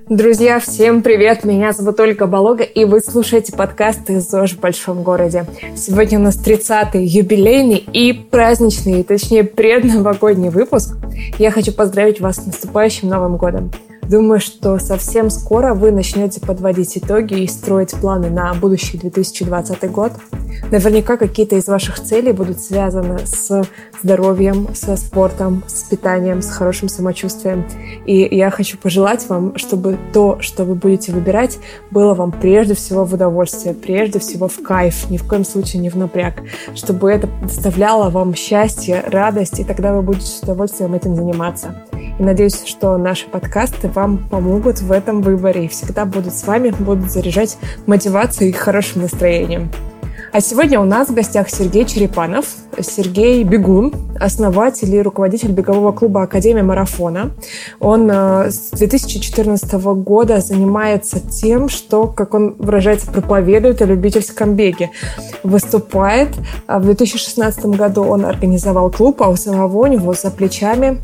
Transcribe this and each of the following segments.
Друзья, всем привет! Меня зовут Ольга Болога, и вы слушаете подкаст из ЗОЖ в большом городе. Сегодня у нас 30-й юбилейный и праздничный, точнее предновогодний выпуск. Я хочу поздравить вас с наступающим Новым годом. Думаю, что совсем скоро вы начнете подводить итоги и строить планы на будущий 2020 год. Наверняка какие-то из ваших целей будут связаны с здоровьем, со спортом, с питанием, с хорошим самочувствием. И я хочу пожелать вам, чтобы то, что вы будете выбирать, было вам прежде всего в удовольствие, прежде всего в кайф, ни в коем случае не в напряг. Чтобы это доставляло вам счастье, радость, и тогда вы будете с удовольствием этим заниматься. И надеюсь, что наши подкасты вам помогут в этом выборе и всегда будут с вами, будут заряжать мотивацией и хорошим настроением. А сегодня у нас в гостях Сергей Черепанов. Сергей – бегун, основатель и руководитель бегового клуба «Академия марафона». Он с 2014 года занимается тем, что, как он выражается, проповедует о любительском беге. Выступает. В 2016 году он организовал клуб, а у самого у него за плечами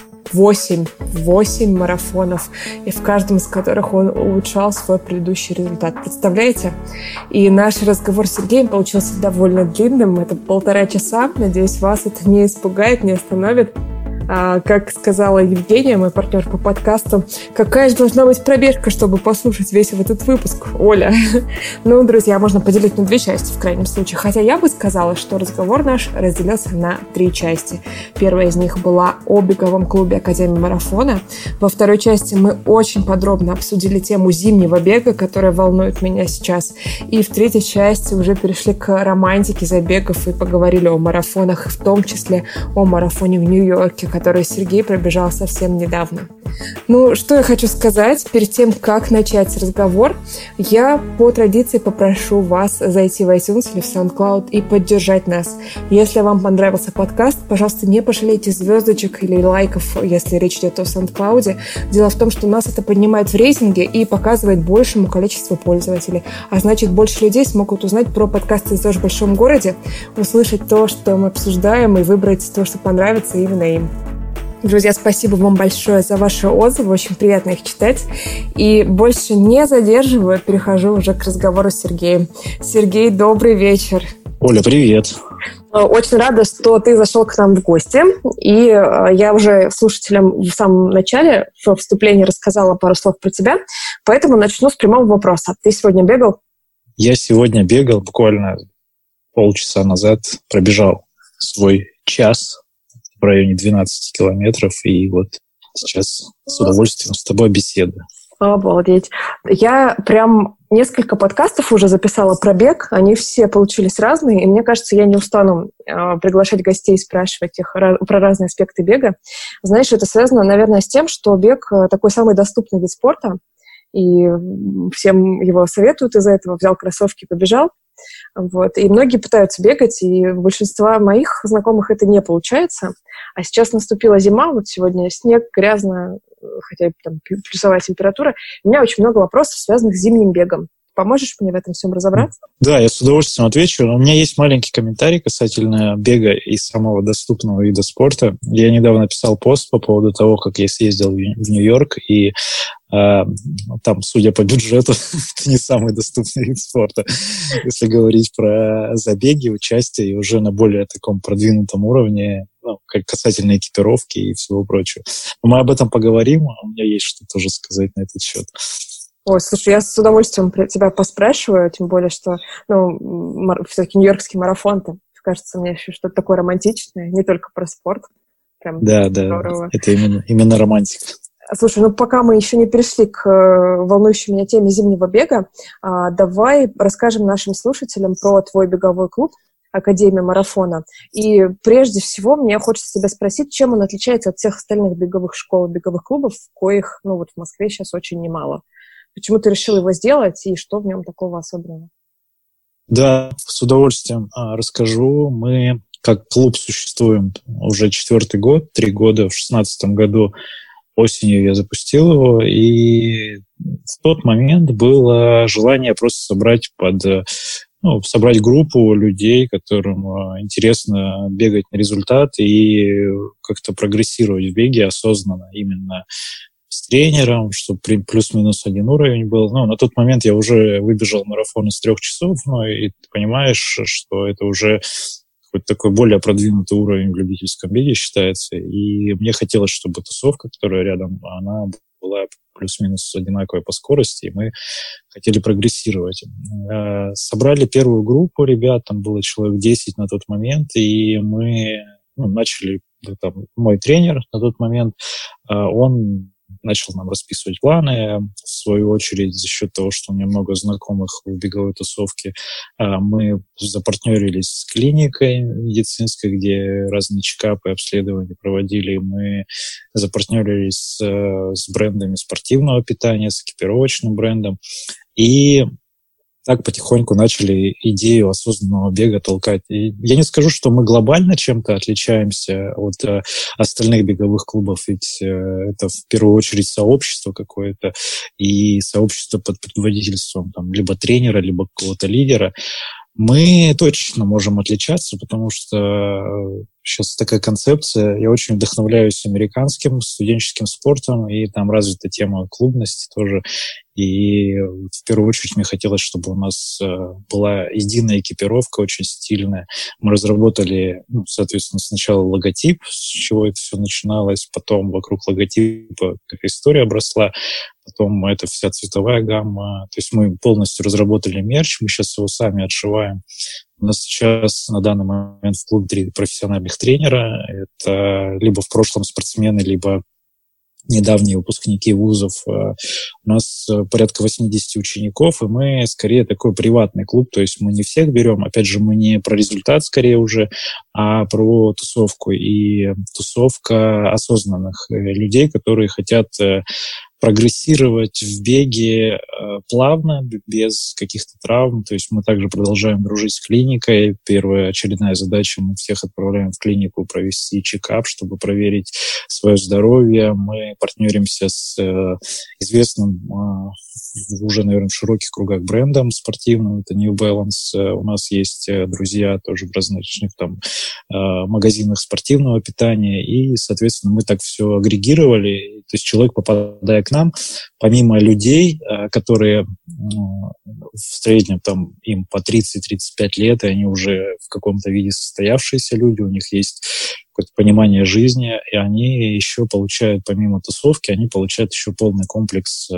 8 марафонов, и в каждом из которых он улучшал свой предыдущий результат. Представляете? И наш разговор с Сергеем получился довольно длинным. Это 1,5 часа. Надеюсь, вас это не испугает, не остановит. Как сказала Евгения, мой партнер по подкасту, какая же должна быть пробежка, чтобы послушать весь этот выпуск, Оля? Ну, друзья, можно поделить на 2 части в крайнем случае. Хотя я бы сказала, что разговор наш разделился на 3 части. Первая из них была о беговом клубе Академии марафона. Во второй части мы очень подробно обсудили тему зимнего бега, которая волнует меня сейчас. И в третьей части уже перешли к романтике забегов и поговорили о марафонах, в том числе о марафоне в Нью-Йорке, который Сергей пробежал совсем недавно. Ну, что я хочу сказать перед тем, как начать разговор. Я по традиции попрошу вас зайти в iTunes или в SoundCloud и поддержать нас. Если вам понравился подкаст, пожалуйста, не пожалейте звездочек или лайков, если речь идет о SoundCloud. Дело в том, что нас это поднимает в рейтинге и показывает большему количеству пользователей. А значит, больше людей смогут узнать про подкасты из ЗОЖ в большом городе, услышать то, что мы обсуждаем, и выбрать то, что понравится именно им. Друзья, спасибо вам большое за ваши отзывы, очень приятно их читать. И больше не задерживаю, перехожу уже к разговору с Сергеем. Сергей, добрый вечер. Оля, привет. Очень рада, что ты зашел к нам в гости. И я уже слушателям в самом начале, в вступлении рассказала пару слов про тебя, поэтому начну с прямого вопроса. Ты сегодня бегал? Я сегодня бегал, буквально полчаса назад пробежал свой час в районе 12 километров, и вот сейчас с удовольствием с тобой беседую. Обалдеть. Я прям несколько подкастов уже записала про бег, они все получились разные, и мне кажется, я не устану приглашать гостей и спрашивать их про разные аспекты бега. Знаешь, это связано, наверное, с тем, что бег такой самый доступный вид спорта, и всем его советуют из-за этого. Взял кроссовки, побежал. Вот. И многие пытаются бегать, и у большинства моих знакомых это не получается. А сейчас наступила зима, вот сегодня снег, грязно, хотя там плюсовая температура. У меня очень много вопросов, связанных с зимним бегом. Поможешь мне в этом всем разобраться? Да, я с удовольствием отвечу. У меня есть маленький комментарий касательно бега и самого доступного вида спорта. Я недавно написал пост по поводу того, как я съездил в Нью-Йорк, и там, судя по бюджету, это не самый доступный вид спорта. Если говорить про забеги, участие, и уже на более таком продвинутом уровне, как касательно экипировки и всего прочего. Но мы об этом поговорим, у меня есть что тоже сказать на этот счет. Ой, слушай, я с удовольствием тебя поспрашиваю, тем более, что все-таки нью-йоркский марафон-то, кажется, мне еще что-то такое романтичное, не только про спорт. Прям да, здорово. Это именно романтика. Слушай, пока мы еще не перешли к волнующей меня теме зимнего бега, давай расскажем нашим слушателям про твой беговой клуб Академия марафона. И прежде всего мне хочется тебя спросить, чем он отличается от всех остальных беговых школ, беговых клубов, коих, в Москве сейчас очень немало. Почему ты решил его сделать, и что в нем такого особенного? Да, с удовольствием расскажу. Мы как клуб существуем уже 4-й год, 3 года. В 2016 году осенью я запустил его, и в тот момент было желание просто собрать группу людей, которым интересно бегать на результат и как-то прогрессировать в беге осознанно, именно с тренером, чтобы плюс-минус один уровень был. Ну, на тот момент я уже выбежал марафон из 3 часов, ну, и ты понимаешь, что это уже какой-то такой более продвинутый уровень в любительском беге считается. И мне хотелось, чтобы тусовка, которая рядом, она была плюс-минус одинаковая по скорости, и мы хотели прогрессировать. Собрали первую группу ребят, там было человек 10 на тот момент, и мы начали, там, мой тренер на тот момент, он начал нам расписывать планы. В свою очередь, за счет того, что у меня много знакомых в беговой тусовке, мы запартнерились с клиникой медицинской, где разные чекапы, обследования проводили. Мы запартнерились с брендами спортивного питания, с экипировочным брендом. И так потихоньку начали идею осознанного бега толкать. И я не скажу, что мы глобально чем-то отличаемся от остальных беговых клубов, ведь это в первую очередь сообщество какое-то, и сообщество под предводительством там, либо тренера, либо какого-то лидера. Мы точно можем отличаться, потому что сейчас такая концепция. Я очень вдохновляюсь американским студенческим спортом, и там развита тема клубности тоже. И в первую очередь мне хотелось, чтобы у нас была единая экипировка, очень стильная. Мы разработали, соответственно, сначала логотип, с чего это все начиналось, потом вокруг логотипа как история обросла, потом это вся цветовая гамма. То есть мы полностью разработали мерч, мы сейчас его сами отшиваем. У нас сейчас на данный момент в клубе 3 профессиональных тренера. Это либо в прошлом спортсмены, либо недавние выпускники вузов. У нас порядка 80 учеников, и мы скорее такой приватный клуб, то есть мы не всех берем. Опять же, мы не про результат скорее уже, а про тусовку. И тусовка осознанных людей, которые хотят прогрессировать в беге плавно, без каких-то травм. То есть мы также продолжаем дружить с клиникой. Первая очередная задача — мы всех отправляем в клинику провести чекап, чтобы проверить свое здоровье. Мы партнеримся с известным уже, наверное, в широких кругах брендом спортивным. Это New Balance. У нас есть друзья тоже в различных там магазинах спортивного питания. И, соответственно, мы так все агрегировали. То есть человек, попадая к нам, помимо людей, которые в среднем там им по 30-35 лет, и они уже в каком-то виде состоявшиеся люди, у них есть какое-то понимание жизни, и они еще получают, помимо тусовки, они получают еще полный комплекс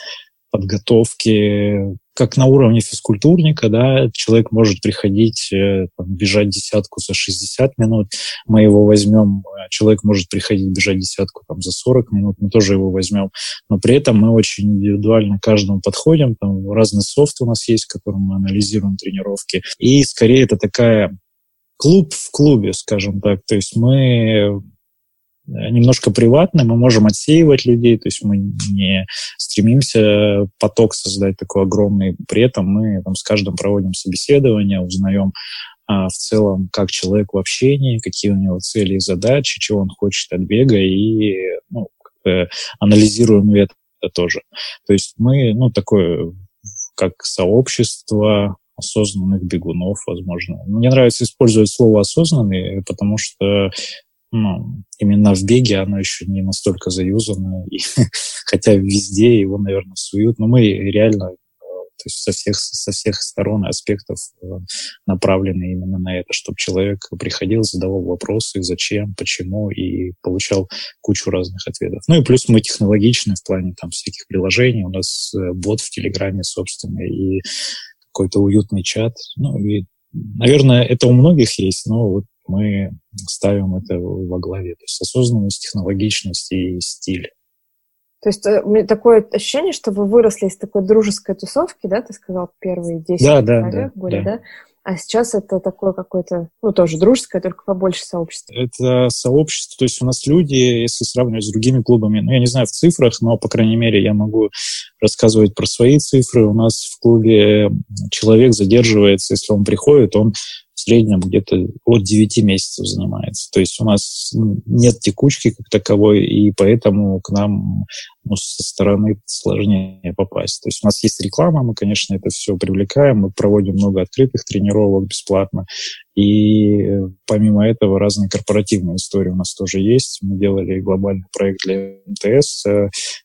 подготовки, как на уровне физкультурника, да, человек может приходить, бежать десятку за 60 минут, мы его возьмем, человек может приходить бежать десятку за 40 минут, мы тоже его возьмем, но при этом мы очень индивидуально к каждому подходим, там разный софт у нас есть, в котором мы анализируем тренировки, и скорее это такая клуб в клубе, скажем так, то есть мы немножко приватны, мы можем отсеивать людей, то есть мы не стремимся поток создать такой огромный, при этом мы с каждым проводим собеседование, узнаем в целом, как человек в общении, какие у него цели и задачи, чего он хочет от бега, и анализируем это тоже. То есть мы, такое, как сообщество осознанных бегунов, возможно. Мне нравится использовать слово «осознанный», потому что именно в беге оно еще не настолько заюзано, и, хотя везде его, наверное, суют, но мы реально то есть со всех сторон и аспектов направлены именно на это, чтобы человек приходил, задавал вопросы, зачем, почему, и получал кучу разных ответов. Ну и плюс мы технологичны в плане всяких приложений, у нас бот в Телеграме собственный и какой-то уютный чат. И, наверное, это у многих есть, но вот мы ставим это во главе. То есть осознанность, технологичность и стиль. То есть у меня такое ощущение, что вы выросли из такой дружеской тусовки, да, ты сказал, первые 10 человек были, да? А сейчас это такое какое-то, тоже дружеское, только побольше сообщество. Это сообщество, то есть у нас люди, если сравнивать с другими клубами, я не знаю в цифрах, но, по крайней мере, я могу рассказывать про свои цифры. У нас в клубе человек задерживается, если он приходит, он в среднем где-то от 9 месяцев занимается. То есть у нас нет текучки как таковой, и поэтому к нам со стороны сложнее попасть. То есть у нас есть реклама, мы, конечно, это все привлекаем, мы проводим много открытых тренировок бесплатно, и помимо этого разные корпоративные истории у нас тоже есть. Мы делали глобальный проект для МТС,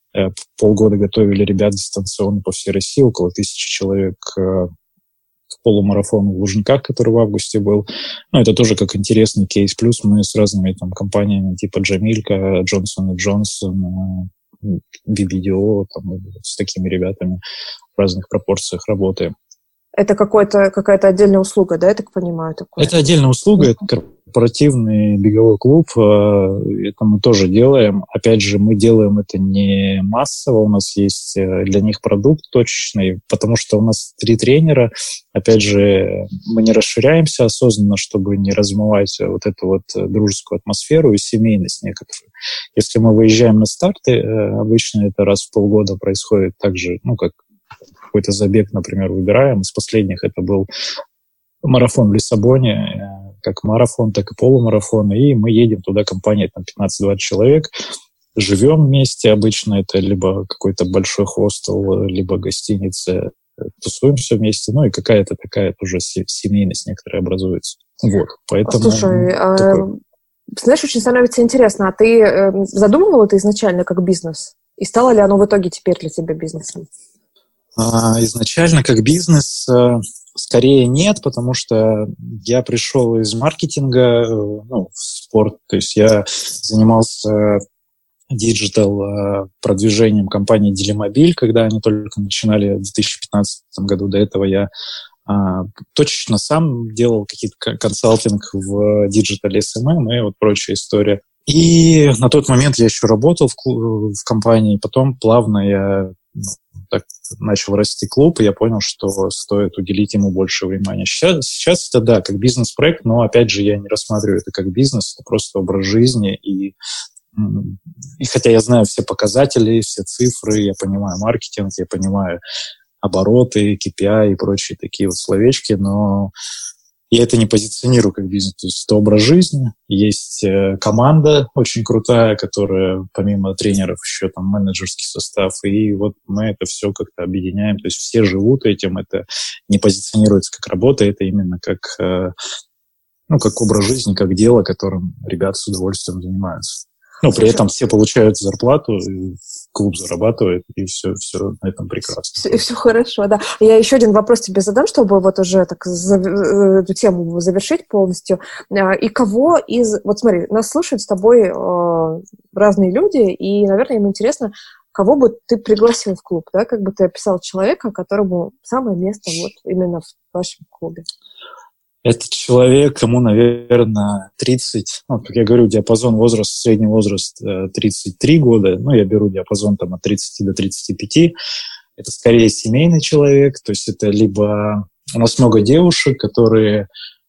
полгода готовили ребят дистанционно по всей России, около 1000 человек к полумарафону в Лужниках, который в августе был. Ну, это тоже как интересный кейс. Плюс мы с разными там компаниями типа Джамилька, Джонсон и Джонсон, BBDO, там, с такими ребятами в разных пропорциях работаем. Это какая-то отдельная услуга, да, я так понимаю? Такое? Это отдельная услуга, это корпоративный беговой клуб. Это мы тоже делаем. Опять же, мы делаем это не массово, у нас есть для них продукт точечный, потому что у нас 3 тренера. Опять же, мы не расширяемся осознанно, чтобы не размывать вот эту вот дружескую атмосферу и семейность некоторую. Если мы выезжаем на старты, обычно это раз в полгода происходит так же, ну, как какой-то забег, например, выбираем. Из последних это был марафон в Лиссабоне, как марафон, так и полумарафон. И мы едем туда, компания там 15-20 человек, живем вместе. Обычно это либо какой-то большой хостел, либо гостиница. Тусуемся вместе. Ну и какая-то такая тоже семейность некоторая образуется. Вот, поэтому... Слушай, знаешь, очень становится интересно, а ты задумывал это изначально как бизнес? И стало ли оно в итоге теперь для тебя бизнесом? Изначально как бизнес скорее нет, потому что я пришел из маркетинга в спорт, то есть я занимался диджитал-продвижением компании Делимобиль, когда они только начинали в 2015 году. До этого я точечно сам делал какие-то консалтинг в диджитале SMM и вот прочая история. И на тот момент я еще работал в компании, потом плавно я так начал расти клуб, и я понял, что стоит уделить ему больше внимания. Сейчас это, да, как бизнес-проект, но, опять же, я не рассматриваю это как бизнес, это просто образ жизни, и хотя я знаю все показатели, все цифры, я понимаю маркетинг, я понимаю обороты, KPI и прочие такие вот словечки, но я это не позиционирую как бизнес. То есть это образ жизни. Есть команда очень крутая, которая помимо тренеров еще там менеджерский состав. И вот мы это все как-то объединяем. То есть все живут этим. Это не позиционируется как работа, это именно как образ жизни, как дело, которым ребята с удовольствием занимаются. Ну, при этом все получают зарплату, клуб зарабатывает, и все на этом прекрасно. Все хорошо, да. Я еще один вопрос тебе задам, чтобы вот уже так эту тему завершить полностью. И кого из... Вот смотри, нас слушают с тобой разные люди, и, наверное, им интересно, кого бы ты пригласил в клуб, да? Как бы ты описал человека, которому самое место вот именно в вашем клубе. Этот человек, кому, наверное, 30, как я говорю, диапазон возраста, средний возраст 33 года, я беру диапазон там от 30 до 35, это скорее семейный человек, то есть это либо... У нас много девушек, которые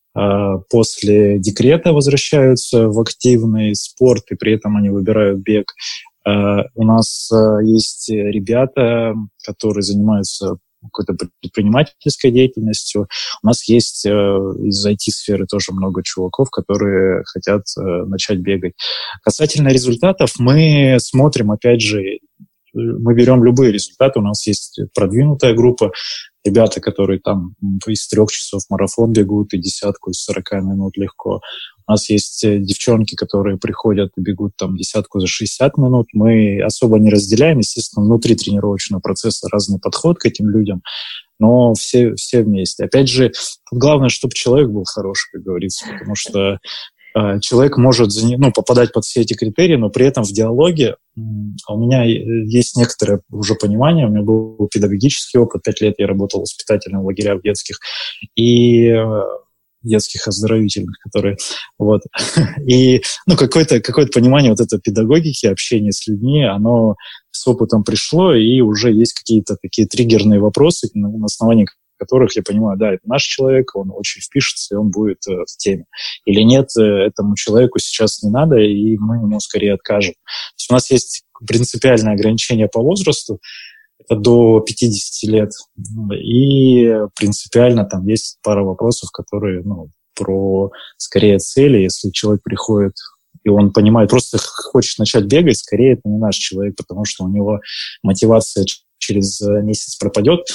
после декрета возвращаются в активный спорт, и при этом они выбирают бег. У нас есть ребята, которые занимаются какой-то предпринимательской деятельностью. У нас есть из IT-сферы тоже много чуваков, которые хотят начать бегать. Касательно результатов, мы смотрим, опять же, мы берем любые результаты. У нас есть продвинутая группа, ребята, которые там из 3 часов марафон бегут и десятку из 40 минут легко. У нас есть девчонки, которые приходят и бегут там десятку за 60 минут. Мы особо не разделяем, естественно, внутри тренировочного процесса разный подход к этим людям, но все вместе. Опять же, главное, чтобы человек был хороший, как говорится, потому что человек может попадать под все эти критерии, но при этом в диалоге у меня есть некоторое уже понимание. У меня был педагогический опыт, 5 лет я работал в воспитательных лагерях детских и детских оздоровительных, которые вот. И какое-то понимание вот этой педагогики, общения с людьми, оно с опытом пришло, и уже есть какие-то такие триггерные вопросы, на основании которых я понимаю, да, это наш человек, он очень впишется, и он будет в теме. Или нет, этому человеку сейчас не надо, и мы ему скорее откажем. То есть у нас есть принципиальное ограничение по возрасту, это до 50 лет, и принципиально там есть пара вопросов, которые, про скорее цели. Если человек приходит, и он понимает, просто хочет начать бегать, скорее это не наш человек, потому что у него мотивация через месяц пропадет.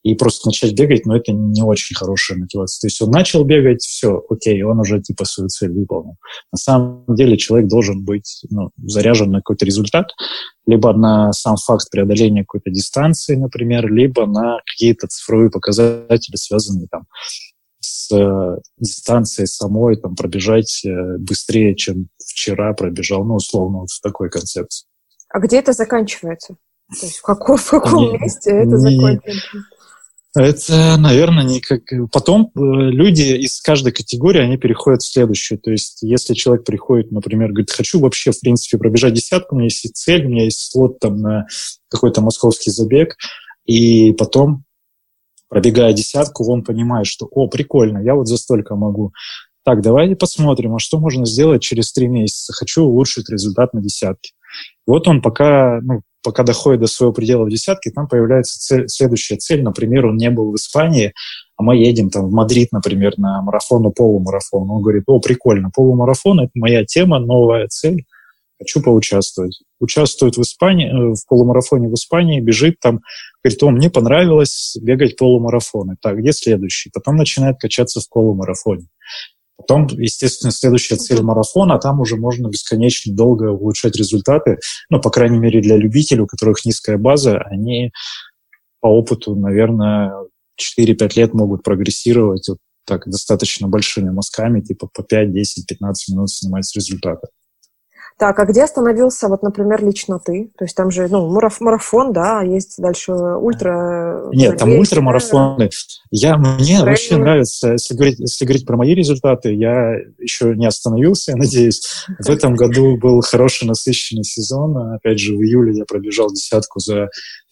и просто начать бегать, но это не очень хорошая мотивация. То есть он начал бегать, все, окей, он уже типа свою цель выполнил. На самом деле человек должен быть заряжен на какой-то результат, либо на сам факт преодоления какой-то дистанции, например, либо на какие-то цифровые показатели, связанные там с дистанцией самой, там, пробежать быстрее, чем вчера пробежал, условно, вот в такой концепции. А где это заканчивается? То есть в каком месте это закончится? Это, наверное, не как... Потом люди из каждой категории, они переходят в следующую. То есть если человек приходит, например, говорит, хочу вообще, в принципе, пробежать десятку, у меня есть цель, у меня есть слот там на какой-то московский забег, и потом, пробегая десятку, он понимает, что, прикольно, я вот за столько могу. Так, давайте посмотрим, а что можно сделать через 3 месяца. Хочу улучшить результат на десятке. Вот он пока доходит до своего предела в десятке, там появляется следующая цель. Например, он не был в Испании, а мы едем там в Мадрид, например, на марафон, полумарафон. Он говорит, прикольно, полумарафон — это моя тема, новая цель, хочу поучаствовать. Участвует в полумарафоне в Испании, бежит там, говорит, мне понравилось бегать полумарафоны. Так, где следующий? Потом начинает качаться в полумарафоне. Потом, естественно, следующая цель марафона, а там уже можно бесконечно долго улучшать результаты. По крайней мере, для любителей, у которых низкая база, они по опыту, наверное, 4-5 лет могут прогрессировать вот так достаточно большими мазками, типа по 5, 10, 15 минут снимать результаты. Так, а где остановился, вот, например, лично ты? То есть там же, марафон, да, есть дальше ультра... Нет, там ультрамарафоны. Мне вообще нравится, если говорить про мои результаты, я еще не остановился, я надеюсь. В этом году был хороший насыщенный сезон. Опять же, в июле я пробежал десятку за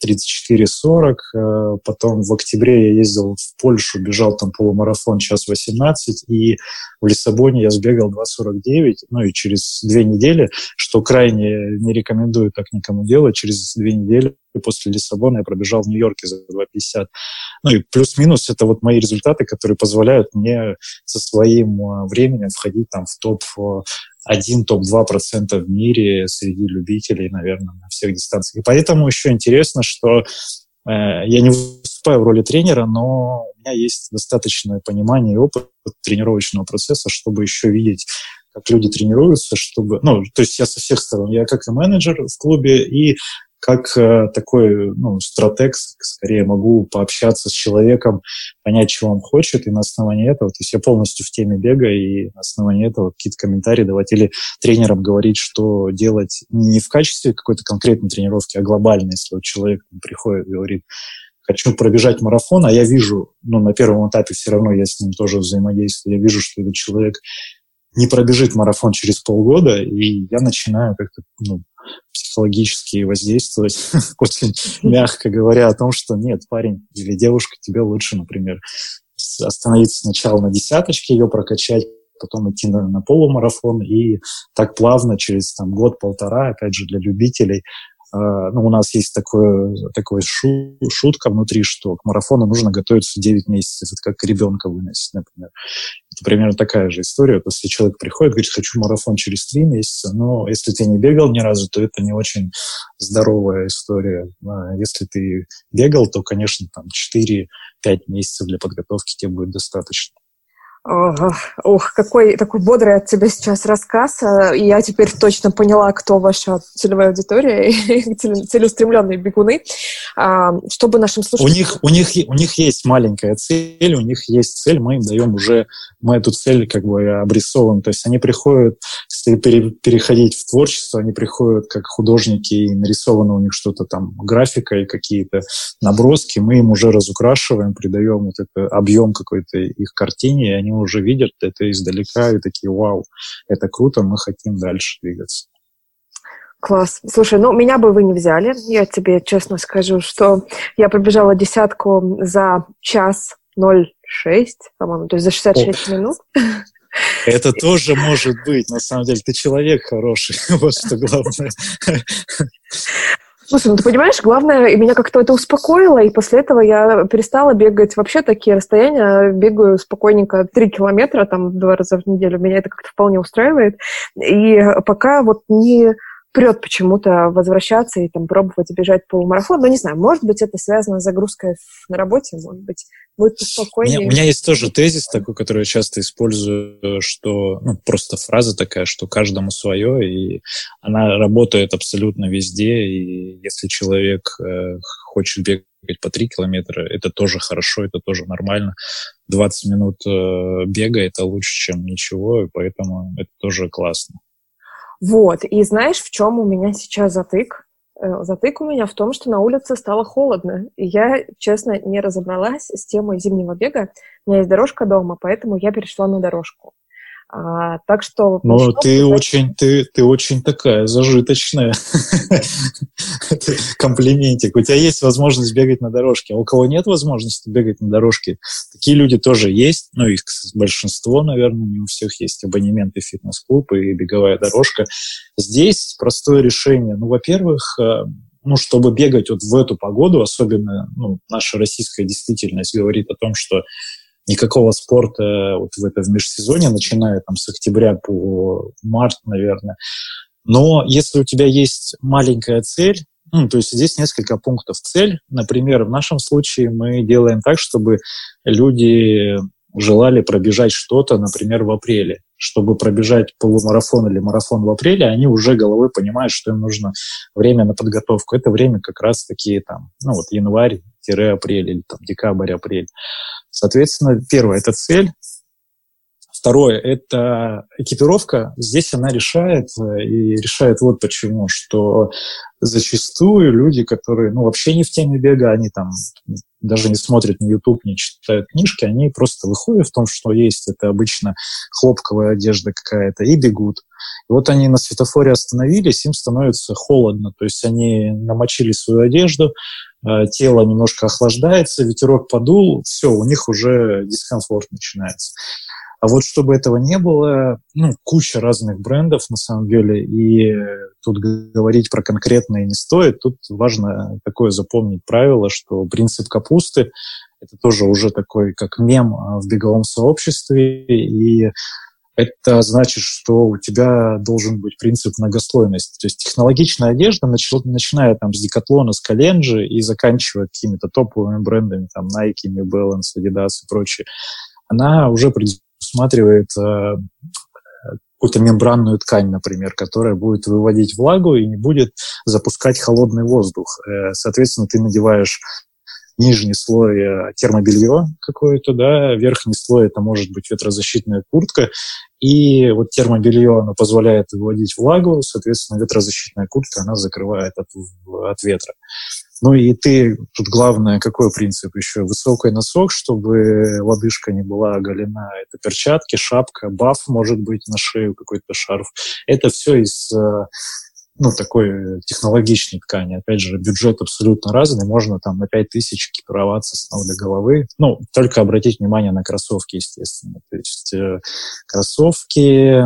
34:40. Потом в октябре я ездил в Польшу, бежал там полумарафон час 18, и в Лиссабоне я сбегал 2:49. И через 2 недели, что крайне не рекомендую так никому делать, через 2 недели после Лиссабона я пробежал в Нью-Йорке за 2:50. И плюс-минус это вот мои результаты, которые позволяют мне со своим временем входить там в топ-1, топ-2% в мире среди любителей, наверное, на всех дистанциях. И поэтому еще интересно, что я не выступаю в роли тренера, но у меня есть достаточное понимание и опыт тренировочного процесса, чтобы еще видеть, как люди тренируются, чтобы... то есть я со всех сторон. Я как и менеджер в клубе, и как такой, стратег, скорее могу пообщаться с человеком, понять, чего он хочет, и на основании этого, то есть я полностью в теме бега, и на основании этого какие-то комментарии давать или тренерам говорить, что делать не в качестве какой-то конкретной тренировки, а глобально, если вот человек приходит и говорит, хочу пробежать марафон, а я вижу, на первом этапе все равно я с ним тоже взаимодействую, я вижу, что этот человек не пробежит марафон через полгода, и я начинаю как-то, психологически воздействовать, очень мягко говоря о том, что нет, парень или девушка, тебе лучше, например, остановиться сначала на десяточке, ее прокачать, потом идти на полумарафон, и так плавно через год-полтора, опять же, для любителей. У нас есть такой шутка внутри, что к марафону нужно готовиться 9 месяцев. Это как ребенка выносить, например. Это примерно такая же история. То есть, если человек приходит, говорит, хочу марафон через 3 месяца, но если ты не бегал ни разу, то это не очень здоровая история. Если ты бегал, то, конечно, 4-5 месяцев для подготовки тебе будет достаточно. Какой такой бодрый от тебя сейчас рассказ. Я теперь точно поняла, кто ваша целевая аудитория, целеустремленные бегуны. Чтобы нашим слушателям... У них есть маленькая цель, у них есть цель, мы им даем уже, мы эту цель обрисовываем. То есть они приходят, если переходить в творчество, они приходят как художники, и нарисовано у них что-то графикой, какие-то наброски, мы им уже разукрашиваем, придаем вот этот объем какой-то их картине, и они уже видят это издалека и такие, вау, это круто, мы хотим дальше двигаться. Класс. Слушай, меня бы вы не взяли. Я тебе честно скажу, что я пробежала десятку за 1:06, по-моему, то есть за 66 минут. Это тоже может быть, на самом деле. Ты человек хороший, вот что главное. Слушай, ты понимаешь, главное, меня как-то это успокоило, и после этого я перестала бегать вообще такие расстояния, бегаю спокойненько 3 километра, 2 раза в неделю, меня это как-то вполне устраивает, и пока не прет почему-то возвращаться и там пробовать бежать полумарафон. Но не знаю, может быть, это связано с загрузкой на работе, может быть, будет поспокойнее. У меня есть тоже тезис такой, который я часто использую, что, просто фраза такая, что каждому свое, и она работает абсолютно везде, и если человек хочет бегать по 3 километра, это тоже хорошо, это тоже нормально. 20 минут бега — это лучше, чем ничего, и поэтому это тоже классно. Вот, и знаешь, в чем у меня сейчас затык? Затык у меня в том, что на улице стало холодно, и я, честно, не разобралась с темой зимнего бега. У меня есть дорожка дома, поэтому я перешла на дорожку. Так что... Но ты очень такая зажиточная. Комплиментик. У тебя есть возможность бегать на дорожке. А у кого нет возможности бегать на дорожке, такие люди тоже есть. Их большинство, наверное, не у всех есть абонементы в фитнес-клуб и беговая дорожка. Здесь простое решение. Во-первых, чтобы бегать вот в эту погоду, особенно наша российская действительность говорит о том, что никакого спорта вот в межсезонье, начиная с октября по март, наверное. Но если у тебя есть маленькая цель, то есть здесь несколько пунктов. Цель, например, в нашем случае мы делаем так, чтобы люди желали пробежать что-то, например, в апреле. Чтобы пробежать полумарафон или марафон в апреле, они уже головой понимают, что им нужно время на подготовку. Это время как раз-таки январь-апрель или декабрь-апрель. Соответственно, первое – это цель. Второе – это экипировка. Здесь она решает вот почему, что зачастую люди, которые вообще не в теме бега, они даже не смотрят на YouTube, не читают книжки, они просто выходят в том, что есть. Это обычно хлопковая одежда какая-то, и бегут. И вот они на светофоре остановились, им становится холодно. То есть они намочили свою одежду, тело немножко охлаждается, ветерок подул, все, у них уже дискомфорт начинается. А вот чтобы этого не было, куча разных брендов на самом деле, и тут говорить про конкретные не стоит. Тут важно такое запомнить правило, что принцип капусты – это тоже уже такой как мем в беговом сообществе, и это значит, что у тебя должен быть принцип многослойности. То есть технологичная одежда, начиная с Decathlon, с Kalenji и заканчивая какими-то топовыми брендами, Nike, New Balance, Adidas и прочее, она уже предусматривает какую-то мембранную ткань, например, которая будет выводить влагу и не будет запускать холодный воздух. Соответственно, ты надеваешь нижний слой термобелье какое-то, верхний слой это может быть ветрозащитная куртка, и вот термобелье, оно позволяет выводить влагу, соответственно, ветрозащитная куртка, она закрывает от ветра. И тут главное, какой принцип еще? Высокий носок, чтобы лодыжка не была оголена. Это перчатки, шапка, баф, может быть, на шею какой-то шарф. Это все из такой технологичной ткани. Опять же, бюджет абсолютно разный. Можно на 5000 экипироваться с ног до головы. Только обратить внимание на кроссовки, естественно. То есть кроссовки...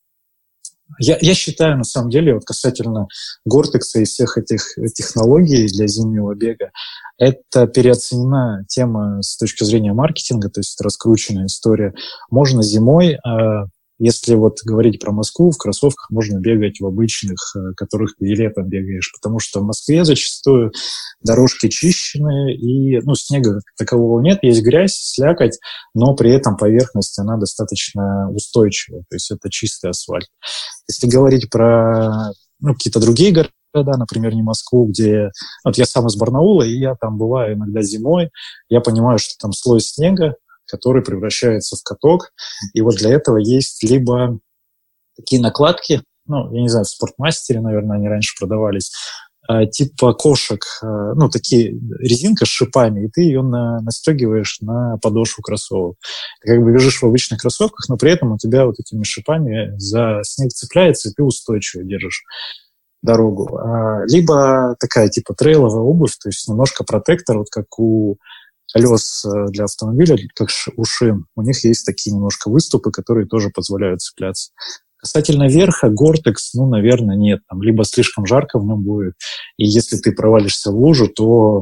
Я считаю, на самом деле, касательно Гортекса и всех этих технологий для зимнего бега, это переоценена тема с точки зрения маркетинга, то есть раскрученная история. Можно зимой, если говорить про Москву, в кроссовках можно бегать в обычных, которых ты и летом бегаешь, потому что в Москве зачастую дорожки чищены, и снега как такового нет, есть грязь, слякоть, но при этом поверхность, она достаточно устойчивая, то есть это чистый асфальт. Если говорить про какие-то другие города, например, не Москву, где... я сам из Барнаула, и я там бываю иногда зимой, я понимаю, что там слой снега, который превращается в каток. И вот для этого есть либо такие накладки, я не знаю, в Спортмастере, наверное, они раньше продавались, типа кошек, такие резинка с шипами, и ты ее настегиваешь на подошву кроссовок. Ты бежишь в обычных кроссовках, но при этом у тебя этими шипами за снег цепляется, и ты устойчиво держишь дорогу. Либо такая типа трейловая обувь, то есть немножко протектор, как у колес для автомобиля, как у шин, у них есть такие немножко выступы, которые тоже позволяют цепляться. Касательно верха, Гортекс, наверное, нет. Либо слишком жарко в нем будет, и если ты провалишься в лужу, то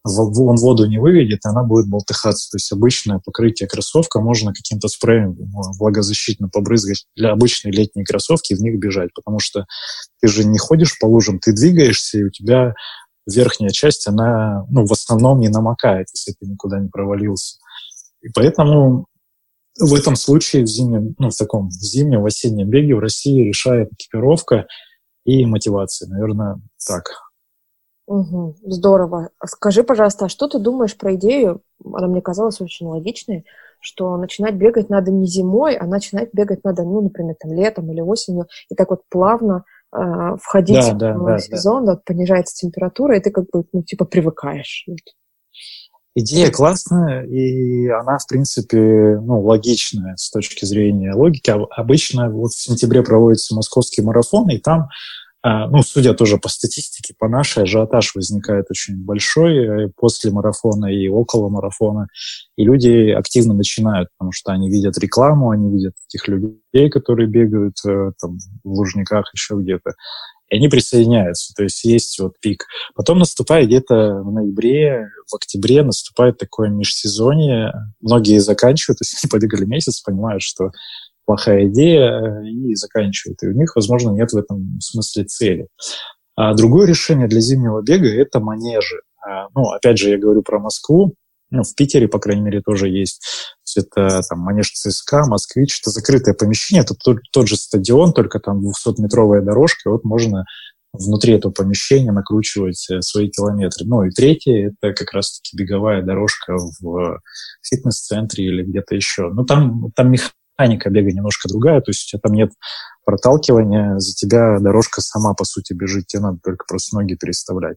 он воду не выведет, и она будет болтыхаться. То есть обычное покрытие кроссовка можно каким-то спреем влагозащитно побрызгать для обычной летней кроссовки и в них бежать, потому что ты же не ходишь по лужам, ты двигаешься, и у тебя верхняя часть, она в основном не намокает, если ты никуда не провалился. И поэтому в этом случае в таком зимнем, осеннем беге в России решает экипировка и мотивация. Наверное, так. Угу, здорово. Скажи, пожалуйста, а что ты думаешь про идею? Она мне казалась очень логичной, что начинать бегать надо не зимой, а начинать бегать надо, например, летом или осенью, и так вот плавно входить в сезон, понижается температура, и ты как бы, привыкаешь. Идея классная, и она, в принципе, логичная с точки зрения логики. Обычно в сентябре проводится московский марафон, и там, судя тоже по статистике, по нашей, ажиотаж возникает очень большой после марафона и около марафона, и люди активно начинают, потому что они видят рекламу, они видят этих людей, которые бегают там в Лужниках, еще где-то, и они присоединяются, то есть пик. Потом наступает где-то в ноябре, в октябре наступает такое межсезонье, многие заканчивают, то есть они побегали месяц, понимают, что плохая идея, и заканчивают. И у них, возможно, нет в этом смысле цели. А другое решение для зимнего бега – это манежи. Опять же, я говорю про Москву. В Питере, по крайней мере, тоже есть. Это там манеж ЦСКА, Москвич. Это закрытое помещение. Это тот же стадион, только там 200-метровая дорожка. Можно внутри этого помещения накручивать свои километры. И третье – это как раз-таки беговая дорожка в фитнес-центре или где-то еще. Там механика бега немножко другая, то есть у тебя там нет проталкивания, за тебя дорожка сама, по сути, бежит, тебе надо только просто ноги переставлять.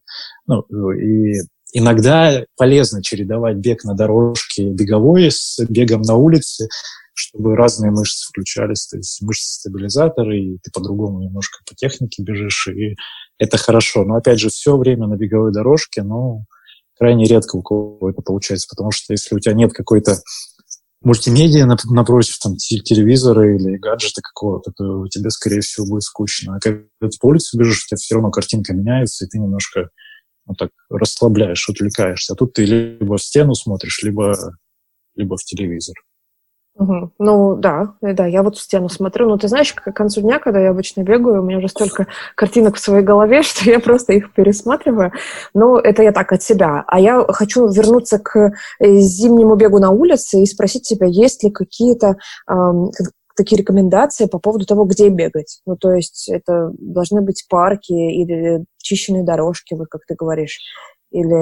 И иногда полезно чередовать бег на дорожке беговой с бегом на улице, чтобы разные мышцы включались, то есть мышцы-стабилизаторы, и ты по-другому немножко по технике бежишь, и это хорошо. Но, опять же, все время на беговой дорожке, крайне редко у кого это получается, потому что если у тебя нет какой-то мультимедиа напротив, телевизора или гаджета какого-то, то тебе, скорее всего, будет скучно. А когда ты по улице бежишь, у тебя все равно картинка меняется, и ты немножко так расслабляешь, отвлекаешься. А тут ты либо в стену смотришь, либо в телевизор. Угу. Да, я в стену смотрю. Ты знаешь, к концу дня, когда я обычно бегаю, у меня уже столько картинок в своей голове, что я просто их пересматриваю. Это я так от себя. А я хочу вернуться к зимнему бегу на улице и спросить тебя, есть ли какие-то такие рекомендации по поводу того, где бегать? То есть это должны быть парки или чищенные дорожки, как ты говоришь? Или...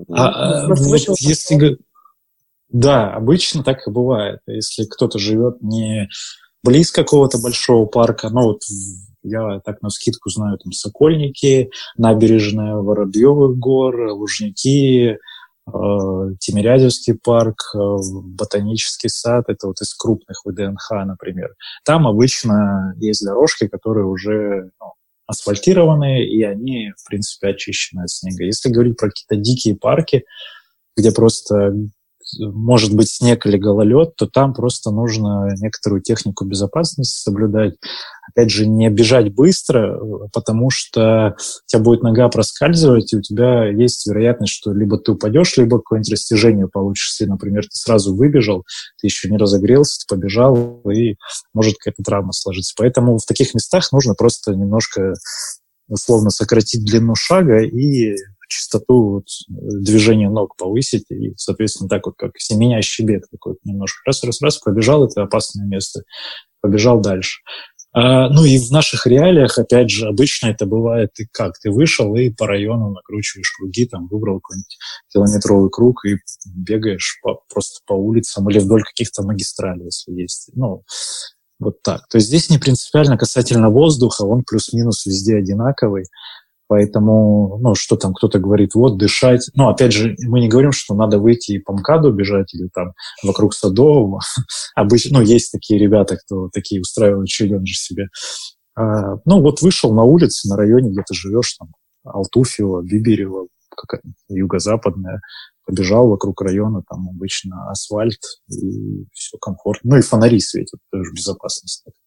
Да, обычно так и бывает. Если кто-то живет не близ какого-то большого парка, я так навскидку знаю, Сокольники, набережная Воробьевых гор, Лужники, Тимирязевский парк, Ботанический сад, это из крупных ВДНХ, например. Там обычно есть дорожки, которые уже асфальтированные, и они, в принципе, очищены от снега. Если говорить про какие-то дикие парки, где просто может быть снег или гололед, то там просто нужно некоторую технику безопасности соблюдать. Опять же, не бежать быстро, потому что у тебя будет нога проскальзывать, и у тебя есть вероятность, что либо ты упадешь, либо какое-нибудь растяжение получишь. Если, например, ты сразу выбежал, ты еще не разогрелся, ты побежал, и может какая-то травма сложиться. Поэтому в таких местах нужно просто немножко условно сократить длину шага и частоту движения ног повысить, и, соответственно, так как семенящий бег такой немножко. Раз, побежал, это опасное место, побежал дальше. И в наших реалиях, опять же, обычно это бывает ты вышел и по району накручиваешь круги, выбрал какой-нибудь километровый круг и бегаешь просто по улицам или вдоль каких-то магистралей, если есть. Вот так. То есть здесь не принципиально касательно воздуха, он плюс-минус везде одинаковый. Поэтому, что там кто-то говорит, дышать. Опять же, мы не говорим, что надо выйти и по МКАДу бежать или вокруг Садового. Обычно, есть такие ребята, кто такие устраивают челленджи себе. Вышел на улице, на районе, где ты живешь, Алтуфьево, Бибирево, юго-западная, побежал вокруг района, обычно асфальт, и все комфортно. И фонари светят, тоже безопасность.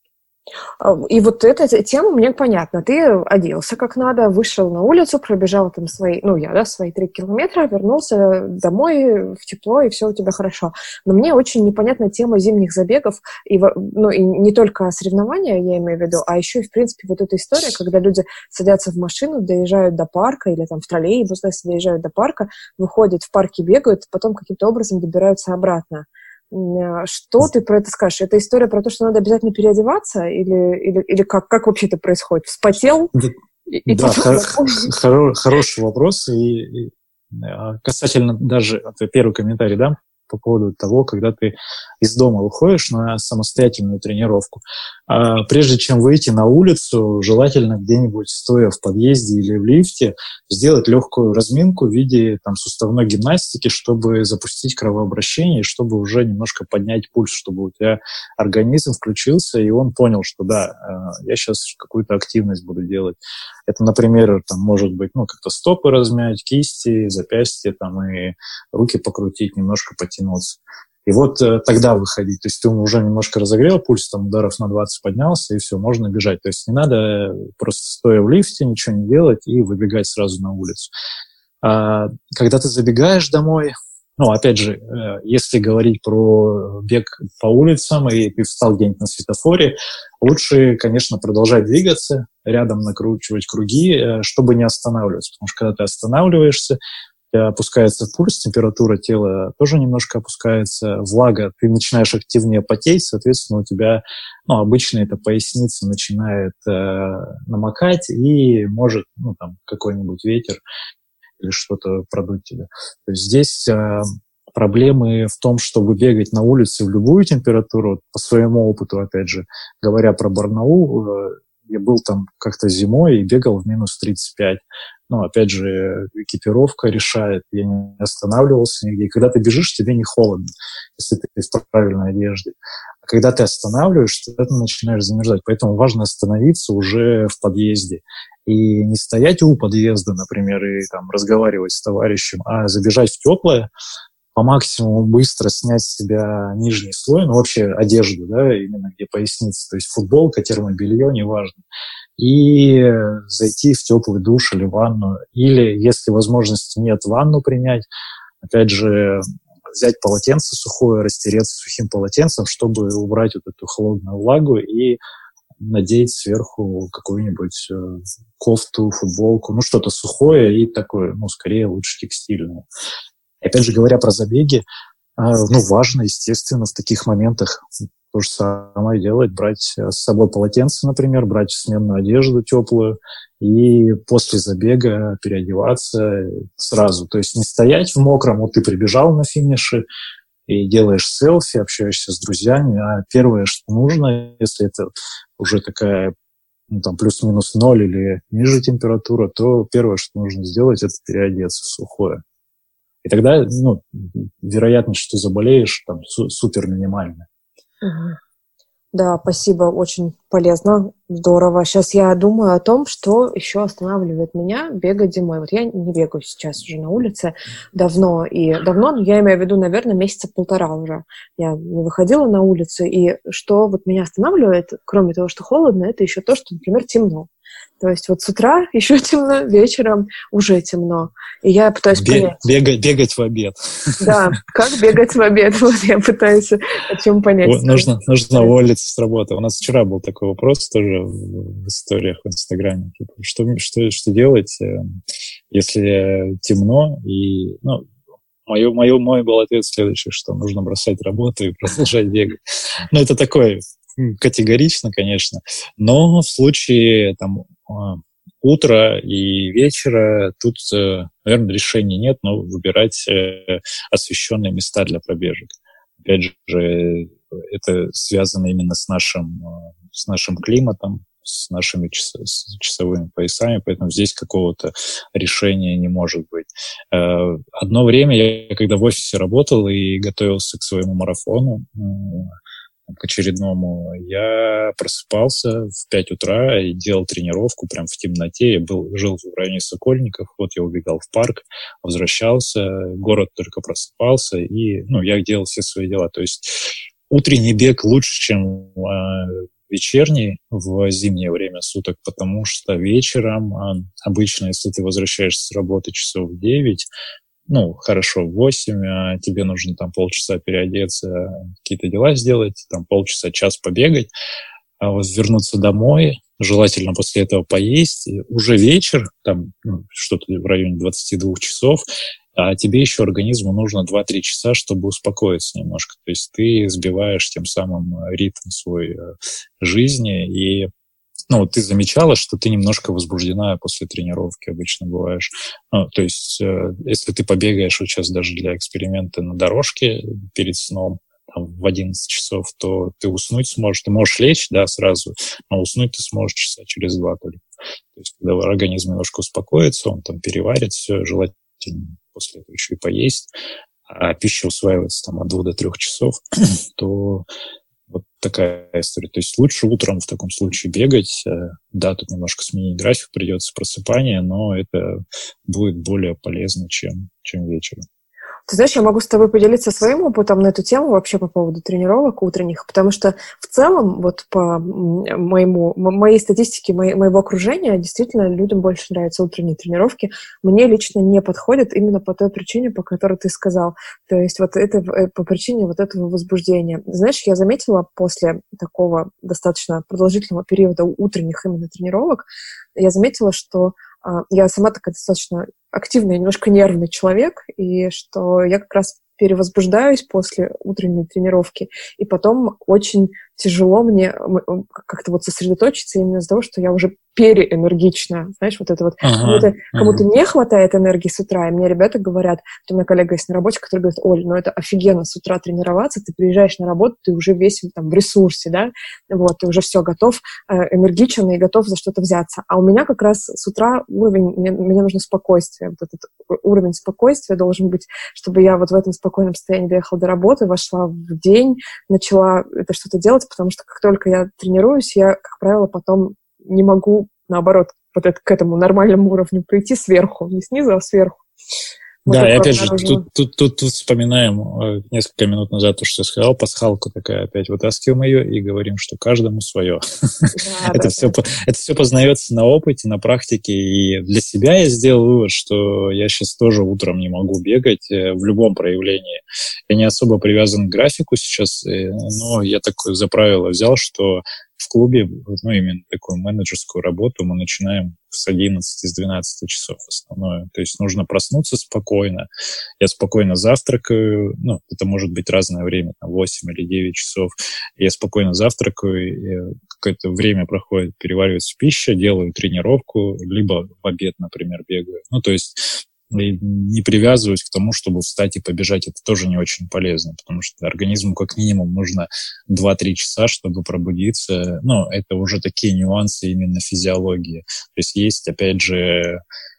И вот эта тема мне понятна. Ты оделся как надо, вышел на улицу, пробежал там свои 3 километра, вернулся домой в тепло, и все у тебя хорошо. Но мне очень непонятна тема зимних забегов, и не только соревнования, я имею в виду, а еще и, в принципе, вот эта история, когда люди садятся в машину, доезжают до парка, или там в троллейбус, если доезжают до парка, выходят в парке, бегают, потом каким-то образом добираются обратно. Что ты про это скажешь? Это история про то, что надо обязательно переодеваться? Или как вообще это происходит? Вспотел? Да, хороший вопрос. И касательно даже первый комментарий, да, по поводу того, когда ты из дома выходишь на самостоятельную тренировку. Прежде чем выйти на улицу, желательно где-нибудь, стоя в подъезде или в лифте, сделать легкую разминку в виде суставной гимнастики, чтобы запустить кровообращение, и чтобы уже немножко поднять пульс, чтобы у тебя организм включился, и он понял, что да, я сейчас какую-то активность буду делать. Это, например, может быть, как-то стопы размять, кисти, запястья, и руки покрутить, немножко потянуться. И вот тогда выходить. То есть ты уже немножко разогрел, пульс ударов на 20 поднялся, и все, можно бежать. То есть не надо просто стоя в лифте, ничего не делать и выбегать сразу на улицу. Когда ты забегаешь домой, опять же, если говорить про бег по улицам, и ты встал где-нибудь на светофоре, лучше, конечно, продолжать двигаться, рядом накручивать круги, чтобы не останавливаться. Потому что когда ты останавливаешься, опускается пульс, температура тела тоже немножко опускается, влага, ты начинаешь активнее потеть, соответственно, у тебя, обычно эта поясница начинает намокать, и может, какой-нибудь ветер или что-то продуть тебя. То есть здесь проблемы в том, чтобы бегать на улице в любую температуру. По своему опыту, опять же, говоря про Барнаул, я был там как-то зимой и бегал в минус 35. Опять же, экипировка решает, я не останавливался нигде. И когда ты бежишь, тебе не холодно, если ты в правильной одежде. А когда ты останавливаешься, ты начинаешь замерзать. Поэтому важно остановиться уже в подъезде. И не стоять у подъезда, например, и разговаривать с товарищем, а забежать в теплое, по максимуму быстро снять с себя нижний слой, вообще одежду, да, именно где поясница, то есть футболка, термобелье, неважно, и зайти в теплый душ или ванну, или, если возможности нет, ванну принять, опять же, взять полотенце сухое, растереться сухим полотенцем, чтобы убрать вот эту холодную влагу и надеть сверху какую-нибудь кофту, футболку, что-то сухое и такое, скорее лучше текстильное. Опять же, говоря про забеги, важно, естественно, в таких моментах то же самое делать, брать с собой полотенце, например, брать сменную одежду теплую и после забега переодеваться сразу. То есть не стоять в мокром, ты прибежал на финише и делаешь селфи, общаешься с друзьями, а первое, что нужно, если это уже такая плюс-минус 0 или ниже температура, то первое, что нужно сделать, это переодеться в сухое. И тогда, вероятность, что заболеешь, супер минимальная. Угу. Да, спасибо, очень полезно, здорово. Сейчас я думаю о том, что еще останавливает меня бегать зимой. Вот я не бегаю сейчас уже на улице давно, но я имею в виду, наверное, месяца 1.5 уже. Я не выходила на улицу, и что меня останавливает, кроме того, что холодно, это еще то, что, например, темно. То есть с утра еще темно, вечером уже темно. И я пытаюсь понять... Бегать в обед. Да, как бегать в обед? Я пытаюсь о чем понять. Нужно уволиться с работы. У нас вчера был такой вопрос тоже в историях в Инстаграме. Что делать, если темно? И, мой был ответ следующий, что нужно бросать работу и продолжать бегать. Это такое... Категорично, конечно, но в случае утра и вечера тут, наверное, решений нет, но выбирать освещенные места для пробежек. Опять же, это связано именно с нашим климатом, с нашими часовыми поясами, поэтому здесь какого-то решения не может быть. Одно время я, когда в офисе работал и готовился к своему марафону, к очередному, я просыпался в 5 утра и делал тренировку прям в темноте. Я жил в районе Сокольников, я убегал в парк, возвращался, город только просыпался, и я делал все свои дела. То есть утренний бег лучше, чем вечерний в зимнее время суток, потому что вечером обычно, если ты возвращаешься с работы часов в 9, хорошо, в 8, а тебе нужно там полчаса переодеться, какие-то дела сделать, там полчаса, час побегать, а вот вернуться домой, желательно после этого поесть, уже вечер, там что-то в районе 22 часов, а тебе еще организму нужно 2-3 часа, чтобы успокоиться немножко. То есть ты сбиваешь тем самым ритм свой жизни, и ты замечала, что ты немножко возбуждена после тренировки обычно бываешь. То есть если ты побегаешь вот сейчас даже для эксперимента на дорожке перед сном, в 11 часов, то ты уснуть сможешь. Ты можешь лечь, да, сразу, но уснуть ты сможешь часа через 2 только. То есть, когда организм немножко успокоится, он там переварит все, желательно после этого еще и поесть, а пища усваивается там от 2 до 3 часов, то вот такая история. То есть лучше утром в таком случае бегать. Да, тут немножко сменить график, придется просыпание, но это будет более полезно, чем вечером. Ты знаешь, я могу с тобой поделиться своим опытом на эту тему вообще по поводу тренировок утренних, потому что в целом, вот по моей статистике, моего окружения, действительно людям больше нравятся утренние тренировки. Мне лично не подходят именно по той причине, по которой ты сказал. То есть вот это по причине вот этого возбуждения. Знаешь, я заметила после такого достаточно продолжительного периода утренних именно тренировок, я заметила, что я сама такая достаточно активный, немножко нервный человек, и что я как раз перевозбуждаюсь после утренней тренировки, и потом очень тяжело мне как-то вот сосредоточиться именно из-за того, что я уже переэнергична. Знаешь, вот это вот. Кому-то не хватает энергии с утра, и мне ребята говорят, у меня коллега есть на работе, который говорит: Оль, это офигенно с утра тренироваться, ты приезжаешь на работу, ты уже весь там в ресурсе, да, вот, ты уже все готов, энергичен и готов за что-то взяться. А у меня как раз с утра мне нужно спокойствие. Вот этот уровень спокойствия должен быть, чтобы я вот в этом спокойном состоянии доехала до работы, вошла в день, начала это что-то делать, потому что как только я тренируюсь, я, как правило, потом не могу, наоборот, к этому нормальному уровню прийти сверху, не снизу, а сверху. Да, и опять же, тут вспоминаем несколько минут назад то, что я сказал, пасхалку такая, опять вытаскиваем ее и говорим, что каждому свое. Это все познается на опыте, на практике, и для себя я сделал вывод, что я сейчас тоже утром не могу бегать в любом проявлении. Я не особо привязан к графику сейчас, но я такое за правило взял, что в клубе, именно такую менеджерскую работу мы начинаем с 11, с 12 часов основное. То есть нужно проснуться спокойно. Я спокойно завтракаю, это может быть разное время, 8 или 9 часов. Я спокойно завтракаю, какое-то время проходит, переваривается пища, делаю тренировку, либо в обед, например, бегаю. То есть не привязываюсь к тому, чтобы встать и побежать. Это тоже не очень полезно, потому что организму как минимум нужно 2-3 часа, чтобы пробудиться. Это уже такие нюансы именно физиологии. То есть опять же,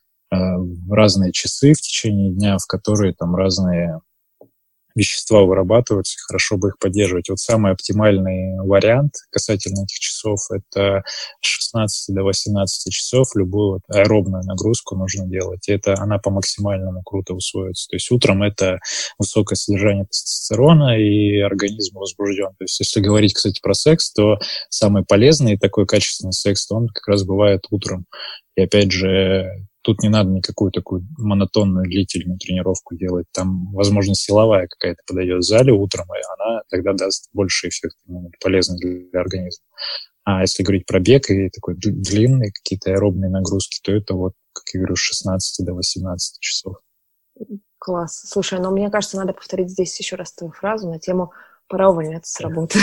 разные часы в течение дня, в которые там разные вещества вырабатываются, хорошо бы их поддерживать. Вот самый оптимальный вариант касательно этих часов — это с 16 до 18 часов любую аэробную нагрузку нужно делать. И она по максимальному круто усвоится. То есть утром это высокое содержание тестостерона, и организм возбужден. То есть если говорить, кстати, про секс, то самый полезный и такой качественный секс, то он как раз бывает утром. И опять же, тут не надо никакую такую монотонную длительную тренировку делать. Там, возможно, силовая какая-то подойдет в зале утром, и она тогда даст больше эффекта, полезный для организма. А если говорить про бег и такой длинные какие-то аэробные нагрузки, то это вот, как я говорю, с 16 до 18 часов. Класс. Слушай, мне кажется, надо повторить здесь еще раз твою фразу на тему «пора увольняться с работы».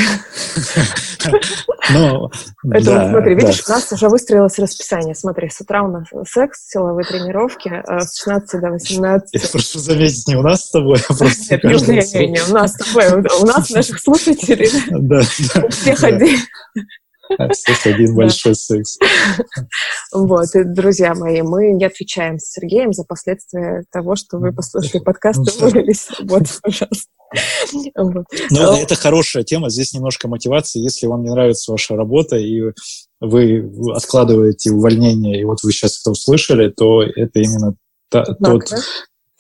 Смотри, видишь, у нас уже выстроилось расписание. Смотри, с утра у нас секс, силовые тренировки, с 16 до 18. Я прошу заметить, не у нас с тобой, а просто не, у нас с тобой. У нас, наших слушателей. У всех один. Всех один большой секс. Вот, и, друзья мои, мы не отвечаем с Сергеем за последствия того, что вы послушали подкаст и уволились с работы, пожалуйста. Но это хорошая тема, здесь немножко мотивации. Если вам не нравится ваша работа, и вы откладываете увольнение, и вот вы сейчас это услышали, то это именно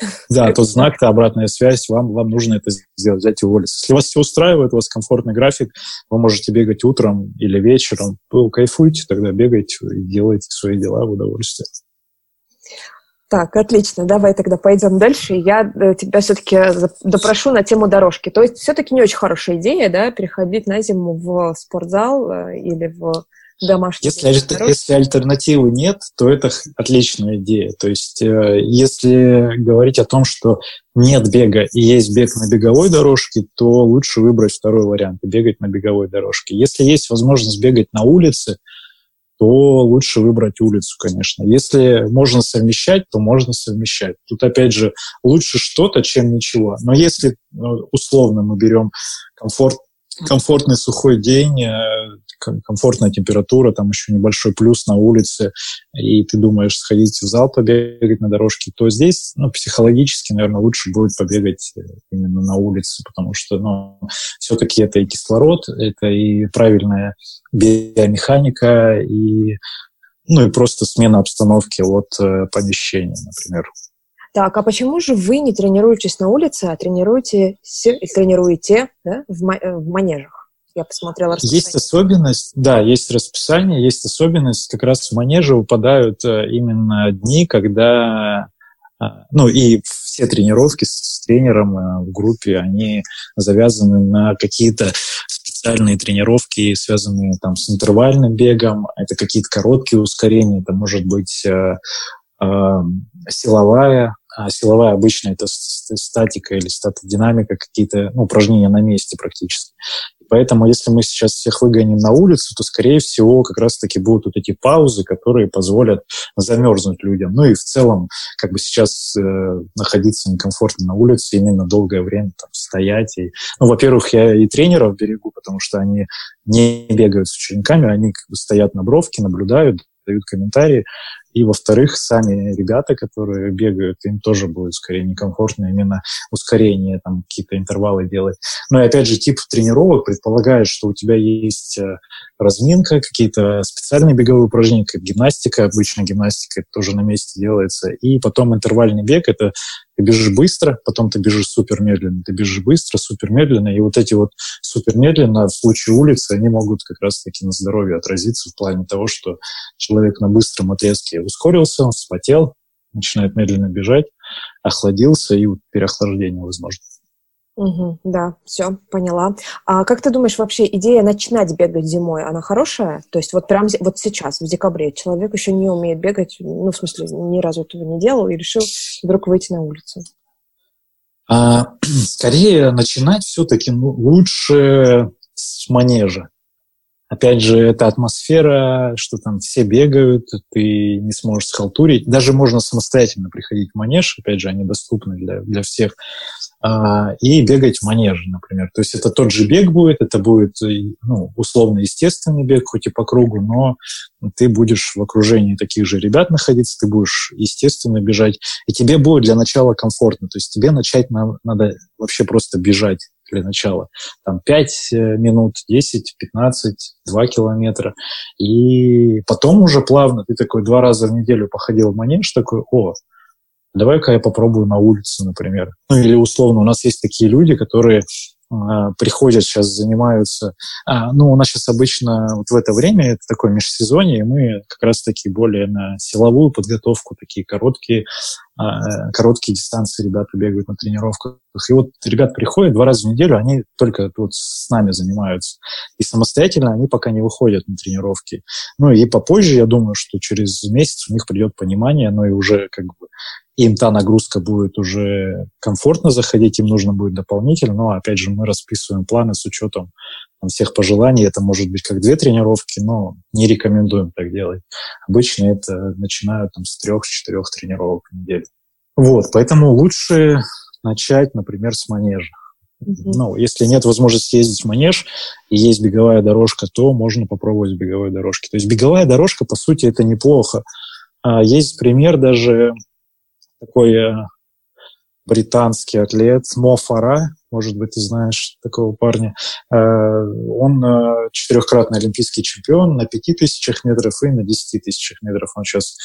Да, тот знак, та обратная связь, вам нужно это сделать, взять и уволиться. Если вас все устраивает, у вас комфортный график, вы можете бегать утром или вечером, вы кайфуйте, тогда бегайте и делайте свои дела в удовольствие. Так, отлично. Давай тогда пойдем дальше. Я тебя все-таки допрошу на тему дорожки. То есть все-таки не очень хорошая идея, да, переходить на зиму в спортзал или в домашний. Если альтернативы нет, то это отличная идея. То есть если говорить о том, что нет бега и есть бег на беговой дорожке, то лучше выбрать второй вариант и бегать на беговой дорожке. Если есть возможность бегать на улице, то лучше выбрать улицу, конечно. Если можно совмещать, то можно совмещать. Тут, опять же, лучше что-то, чем ничего. Но если, условно, мы берем комфортный сухой день, комфортная температура, там еще небольшой плюс на улице, и ты думаешь сходить в зал побегать на дорожке, то здесь, психологически, наверное, лучше будет побегать именно на улице, потому что, все-таки это и кислород, это и правильная биомеханика, и просто смена обстановки от помещения, например. Так, а почему же вы не тренируетесь на улице, а тренируете, да, в манежах? Я посмотрела расписание. Есть особенность, да, есть расписание, есть особенность, как раз в манеже выпадают именно дни, когда, и все тренировки с тренером в группе, они завязаны на какие-то специальные тренировки, связанные там с интервальным бегом, это какие-то короткие ускорения, это может быть силовая. А силовая обычно это статика или статодинамика, какие-то упражнения на месте практически. Поэтому если мы сейчас всех выгоним на улицу, то, скорее всего, как раз-таки будут вот эти паузы, которые позволят замерзнуть людям. И в целом, сейчас находиться некомфортно на улице, именно долгое время там стоять. Во-первых, я и тренеров берегу, потому что они не бегают с учениками, они стоят на бровке, наблюдают, дают комментарии. И, во-вторых, сами ребята, которые бегают, им тоже будет скорее некомфортно именно ускорение, там какие-то интервалы делать. И опять же, тип тренировок предполагает, что у тебя есть разминка, какие-то специальные беговые упражнения, как гимнастика, обычная гимнастика, это тоже на месте делается. И потом интервальный бег, это ты бежишь быстро, потом ты бежишь супермедленно, ты бежишь быстро, супермедленно, и вот эти вот супермедленно в случае улицы, они могут как раз-таки на здоровье отразиться в плане того, что человек на быстром отрезке ускорился, он вспотел, начинает медленно бежать, охладился, и переохлаждение возможно. Да, все, поняла. А как ты думаешь, вообще идея начинать бегать зимой, она хорошая? То есть вот прямо вот сейчас, в декабре, человек еще не умеет бегать, в смысле, ни разу этого не делал и решил вдруг выйти на улицу? Скорее начинать все-таки лучше с манежа. Опять же, это атмосфера, что там все бегают, ты не сможешь схалтурить. Даже можно самостоятельно приходить в манеж, опять же, они доступны для всех, и бегать в манеже, например. То есть это тот же бег будет, это будет условно естественный бег, хоть и по кругу, но ты будешь в окружении таких же ребят находиться, ты будешь естественно бежать, и тебе будет для начала комфортно. То есть тебе начать надо вообще просто бежать для начала. Там 5 минут, 10, 15, 2 километра. И потом уже плавно ты такой 2 раза в неделю походил в манеж, такой, давай-ка я попробую на улице, например. Или условно, у нас есть такие люди, которые приходят сейчас, занимаются. У нас сейчас обычно вот в это время, это такое межсезонье, и мы как раз-таки более на силовую подготовку, такие короткие дистанции ребята бегают на тренировках. И вот ребят приходят 2 раза в неделю, они только вот с нами занимаются. И самостоятельно они пока не выходят на тренировки. И попозже, я думаю, что через месяц у них придет понимание, и уже им та нагрузка будет уже комфортно заходить, им нужно будет дополнительно, но, опять же, мы расписываем планы с учетом всех пожеланий. Это может быть как 2 тренировки, но не рекомендуем так делать. Обычно это начинают с 3-4 тренировок в неделю. Поэтому лучше начать, например, с манежа. Если нет возможности ездить в манеж и есть беговая дорожка, то можно попробовать беговой дорожки. То есть беговая дорожка, по сути, это неплохо. Есть пример даже такой британский атлет Мо Фара, может быть, ты знаешь такого парня. Он 4-кратный олимпийский чемпион на 5000 метров и на 10 000 метров. Он сейчас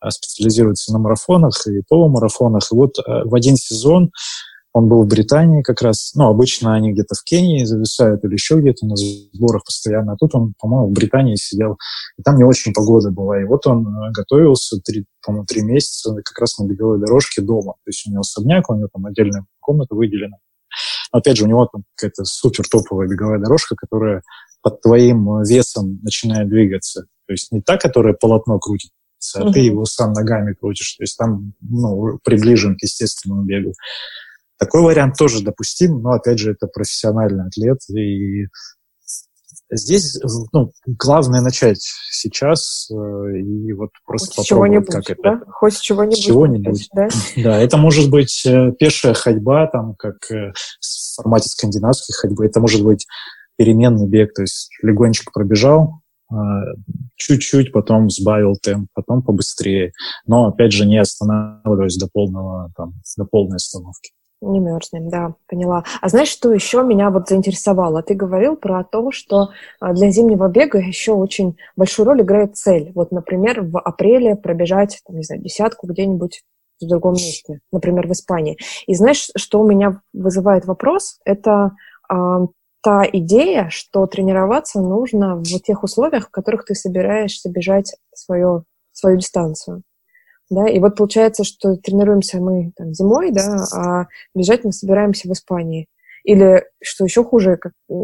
специализируется на марафонах и полумарафонах. И вот в один сезон он был в Британии как раз. Ну, обычно они где-то в Кении зависают или еще где-то на сборах постоянно. А тут он, по-моему, в Британии сидел. И там не очень погода была. И вот он готовился 3 месяца как раз на беговой дорожке дома. То есть у него особняк, у него там отдельная комната выделена. Но, опять же, у него там какая-то супер топовая беговая дорожка, которая под твоим весом начинает двигаться. То есть не та, которая полотно крутится, а ты его сам ногами крутишь. То есть там приближен к естественному бегу. Такой вариант тоже допустим, но, опять же, это профессиональный атлет. И здесь главное начать сейчас и вот просто хоть попробовать, как это. Да? Хоть чего-нибудь. Чего-нибудь. Да? Да, это может быть пешая ходьба, там, как в формате скандинавской ходьбы. Это может быть переменный бег, то есть легонечко пробежал, чуть-чуть, потом сбавил темп, потом побыстрее. Но, опять же, не останавливаясь до полной остановки. Не мерзнем, да, поняла. А знаешь, что еще меня вот заинтересовало? Ты говорил про то, что для зимнего бега еще очень большую роль играет цель. Вот, например, в апреле пробежать, там, не знаю, 10 где-нибудь в другом месте, например, в Испании. И знаешь, что у меня вызывает вопрос? Это та идея, что тренироваться нужно в тех условиях, в которых ты собираешься бежать свою дистанцию. Да, и вот получается, что тренируемся мы там зимой, да, а бежать мы собираемся в Испании. Или, что еще хуже,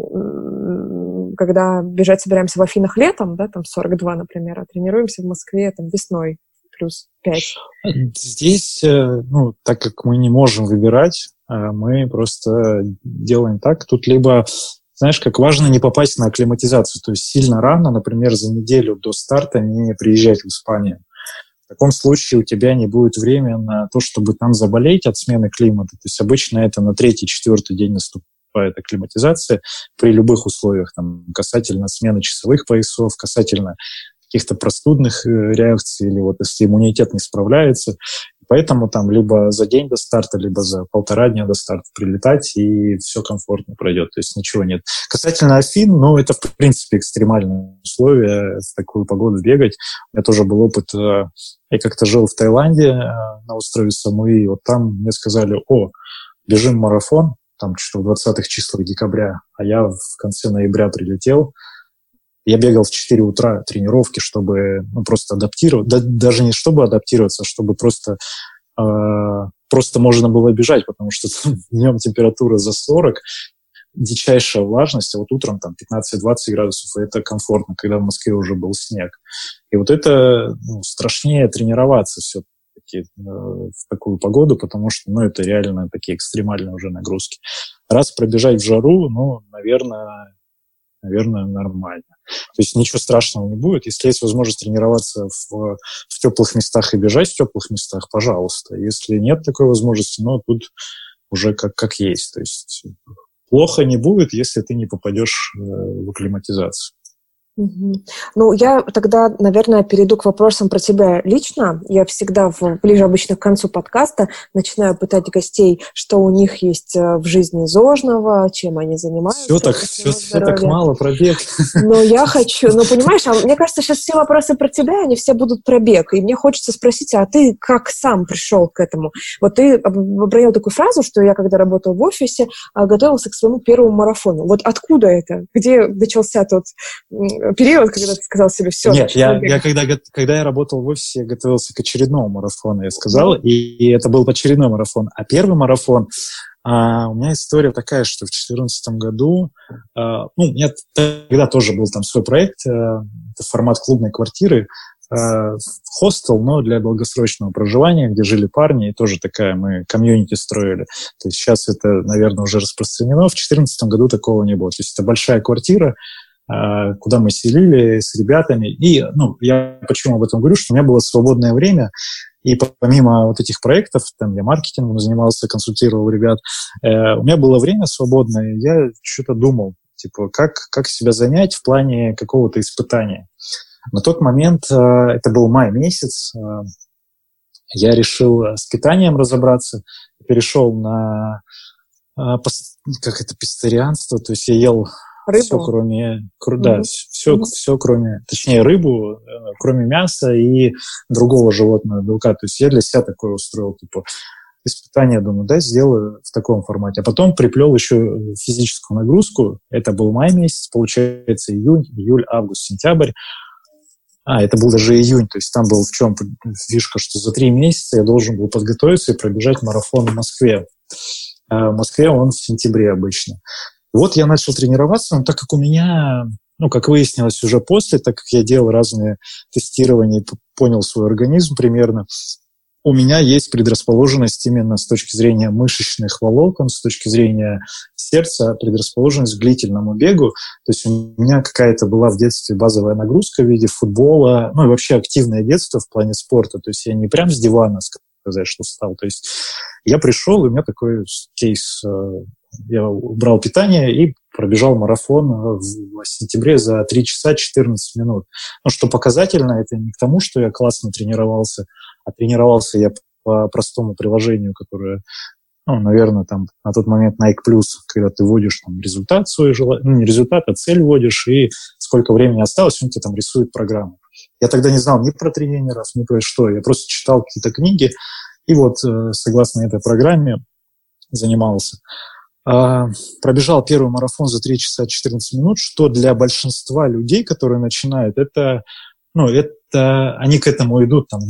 когда бежать собираемся в Афинах летом, да, там 42, например, а тренируемся в Москве там весной плюс 5. Здесь, так как мы не можем выбирать, мы просто делаем так. Тут либо, знаешь, как важно не попасть на акклиматизацию, то есть сильно рано, например, за неделю до старта не приезжать в Испанию. В таком случае у тебя не будет времени на то, чтобы там заболеть от смены климата. То есть обычно это на 3-4 день наступает акклиматизация при любых условиях, там, касательно смены часовых поясов, касательно каких-то простудных реакций, или вот если иммунитет не справляется. Поэтому там либо за день до старта, либо за 1,5 дня до старта прилетать, и все комфортно пройдет, то есть ничего нет. Касательно Афин, это, в принципе, экстремальные условия, в такую погоду бегать. У меня тоже был опыт, я как-то жил в Таиланде на острове Самуи, и вот там мне сказали, бежим марафон, там что-то в 20-х числах декабря, а я в конце ноября прилетел. Я бегал в 4 утра тренировки, чтобы просто адаптировать. Даже не чтобы адаптироваться, а чтобы просто можно было бежать, потому что днем температура за 40, дичайшая влажность, а вот утром там 15-20 градусов, и это комфортно, когда в Москве уже был снег. И вот это страшнее тренироваться все-таки в такую погоду, потому что это реально такие экстремальные уже нагрузки. Раз пробежать в жару, наверное, нормально. То есть ничего страшного не будет. Если есть возможность тренироваться в теплых местах и бежать в теплых местах, пожалуйста. Если нет такой возможности, тут уже как есть. То есть плохо не будет, если ты не попадешь в акклиматизацию. Угу. Я тогда, наверное, перейду к вопросам про тебя лично. Я всегда ближе обычно к концу подкаста начинаю пытать гостей, что у них есть в жизни зожного, чем они занимаются. Все так мало про бег. Я хочу, понимаешь, мне кажется, сейчас все вопросы про тебя, они все будут про бег. И мне хочется спросить, а ты как сам пришел к этому? Вот ты обронил такую фразу, что я, когда работал в офисе, готовился к своему первому марафону. Вот откуда это? Где начался тот период, когда ты сказал себе все? Нет, когда я работал в офисе, я готовился к очередному марафону, я сказал, и это был очередной марафон. А первый марафон, у меня история такая, что в 2014 году, у меня тогда тоже был там свой проект, это формат клубной квартиры, хостел, но для долгосрочного проживания, где жили парни, и тоже мы комьюнити строили. То есть сейчас это, наверное, уже распространено. В 2014 году такого не было. То есть это большая квартира, куда мы селили с ребятами. И, я почему об этом говорю, что у меня было свободное время, и помимо вот этих проектов, там я маркетингом занимался, консультировал ребят, у меня было время свободное, я что-то думал, как себя занять в плане какого-то испытания. На тот момент, это был май месяц, я решил с питанием разобраться, перешел на пестарианство, то есть я ел все кроме... Да, все кроме... Точнее, рыбу, кроме мяса и другого животного белка. То есть я для себя такое устроил, типа, испытание, думаю, да, сделаю в таком формате. А потом приплел еще физическую нагрузку. Это был май месяц, получается, июнь, июль, август, сентябрь. Это был даже июнь, то есть там был в чем фишка, что за 3 месяца я должен был подготовиться и пробежать марафон в Москве. В Москве он в сентябре обычно. Вот я начал тренироваться, но так как у меня, как выяснилось уже после, так как я делал разные тестирования, понял свой организм примерно, у меня есть предрасположенность именно с точки зрения мышечных волокон, с точки зрения сердца, предрасположенность к длительному бегу. То есть у меня какая-то была в детстве базовая нагрузка в виде футбола, и вообще активное детство в плане спорта. То есть я не прям с дивана сказать, что встал. То есть я пришел, и у меня такой кейс. Я убрал питание и пробежал марафон в сентябре за 3 часа 14 минут. Что показательно, это не к тому, что я классно тренировался, а тренировался я по простому приложению, которое, наверное, там на тот момент Nike+, когда ты вводишь там результат свой, не результат, а цель вводишь, и сколько времени осталось, он тебе там рисует программу. Я тогда не знал ни про тренеров, ни про что. Я просто читал какие-то книги, и вот согласно этой программе занимался. Пробежал первый марафон за 3 часа 14 минут, что для большинства людей, которые начинают, это они к этому идут там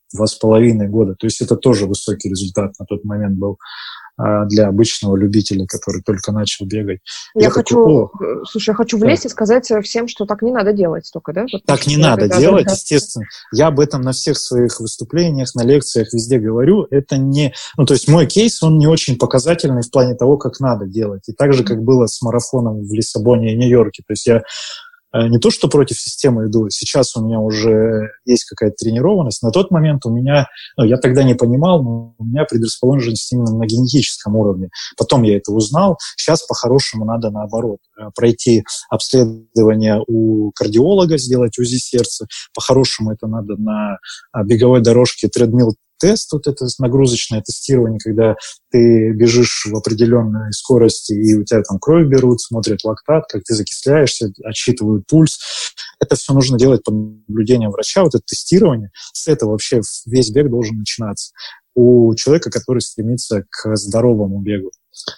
2-2,5 года. То есть это тоже высокий результат на тот момент был для обычного любителя, который только начал бегать. Я хочу влезть и сказать всем, что так не надо делать только, да? Так не надо делать, естественно. Я об этом на всех своих выступлениях, на лекциях везде говорю. Это не... то есть мой кейс, он не очень показательный в плане того, как надо делать. И так же, как было с марафоном в Лиссабоне и Нью-Йорке. То есть я не то, что против системы иду, сейчас у меня уже есть какая-то тренированность. На тот момент у меня, я тогда не понимал, но у меня предрасположенность именно на генетическом уровне. Потом я это узнал. Сейчас по-хорошему надо наоборот. Пройти обследование у кардиолога, сделать УЗИ сердца. По-хорошему это надо на беговой дорожке тредмилл тест, вот это нагрузочное тестирование, когда ты бежишь в определенной скорости, и у тебя там кровь берут, смотрят лактат, как ты закисляешься, отсчитывают пульс. Это все нужно делать под наблюдением врача, вот это тестирование. С этого вообще весь бег должен начинаться у человека, который стремится к здоровому бегу.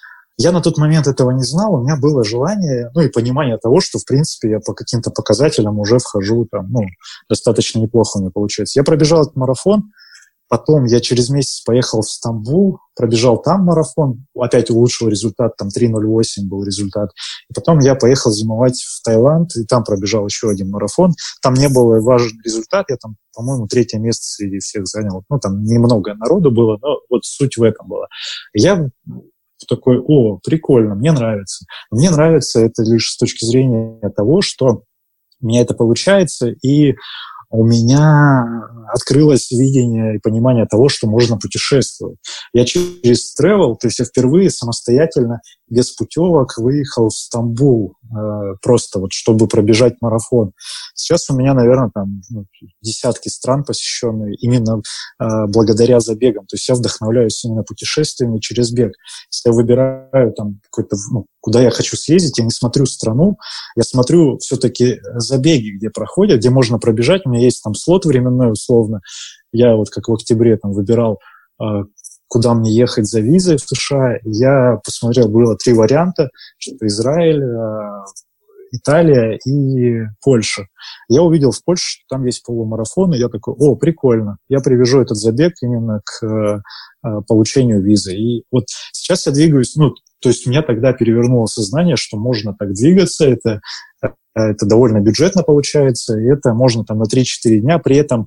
Я на тот момент этого не знал, у меня было желание, и понимание того, что, в принципе, я по каким-то показателям уже вхожу, достаточно неплохо у меня получается. Я пробежал этот марафон. Потом я через месяц поехал в Стамбул, пробежал там марафон, опять улучшил результат, там 3:08 был результат. И потом я поехал зимовать в Таиланд, и там пробежал еще один марафон. Там не был важный результат, я там, по-моему, 3-е место среди всех занял. Там немного народу было, но вот суть в этом была. Я такой, прикольно, мне нравится. Мне нравится это лишь с точки зрения того, что у меня это получается, и у меня открылось видение и понимание того, что можно путешествовать. Я через travel, то есть я впервые самостоятельно, без путевок, выехал в Стамбул, просто чтобы пробежать марафон. Сейчас у меня, наверное, там десятки стран посещенные именно благодаря забегам. То есть я вдохновляюсь именно путешествиями через бег. Если я выбираю там какой-то, куда я хочу съездить, я не смотрю страну, я смотрю все-таки забеги, где проходят, где можно пробежать. У меня есть там слот временной условно. Я вот как в октябре там выбирал, куда мне ехать за визой в США. Я посмотрел, было 3 варианта, что Израиль, Италия и Польша. Я увидел в Польше, что там есть полумарафон, и я такой, прикольно, я привяжу этот забег именно к получению визы. И вот сейчас я двигаюсь, то есть у меня тогда перевернуло сознание, что можно так двигаться, это довольно бюджетно получается, и это можно там на 3-4 дня. При этом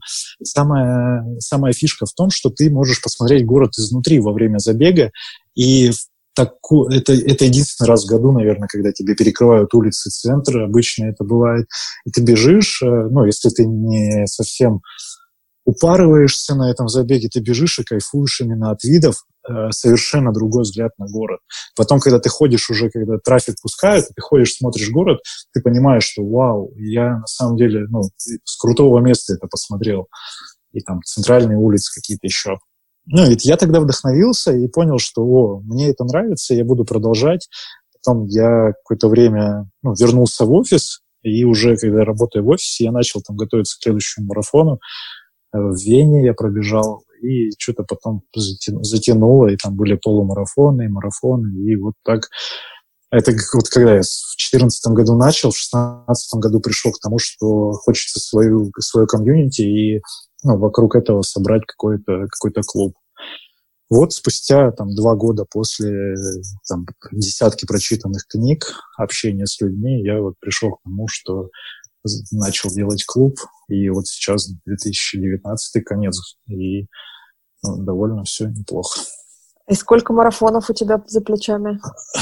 самая фишка в том, что ты можешь посмотреть город изнутри во время забега, и это единственный раз в году, наверное, когда тебе перекрывают улицы центра. Обычно это бывает. И ты бежишь, если ты не совсем упарываешься на этом забеге, ты бежишь и кайфуешь именно от видов, совершенно другой взгляд на город. Потом, когда ты ходишь уже, когда трафик пускают, ты ходишь, смотришь город, ты понимаешь, что вау, я на самом деле с крутого места это посмотрел. И там центральные улицы какие-то еще. И я тогда вдохновился и понял, что мне это нравится, я буду продолжать, потом я какое-то время вернулся в офис, и уже когда работаю в офисе, я начал там готовиться к следующему марафону. В Вене я пробежал, и что-то потом затянуло, и там были полумарафоны, и марафоны, и вот так. Это вот когда я в 2014 году начал, в 2016 году пришел к тому, что хочется свою комьюнити и вокруг этого собрать какой-то клуб. Вот спустя 2 года после десятки прочитанных книг, общения с людьми, я вот пришел к тому, что начал делать клуб, и вот сейчас 2019 конец, и довольно все неплохо. И сколько марафонов у тебя за плечами?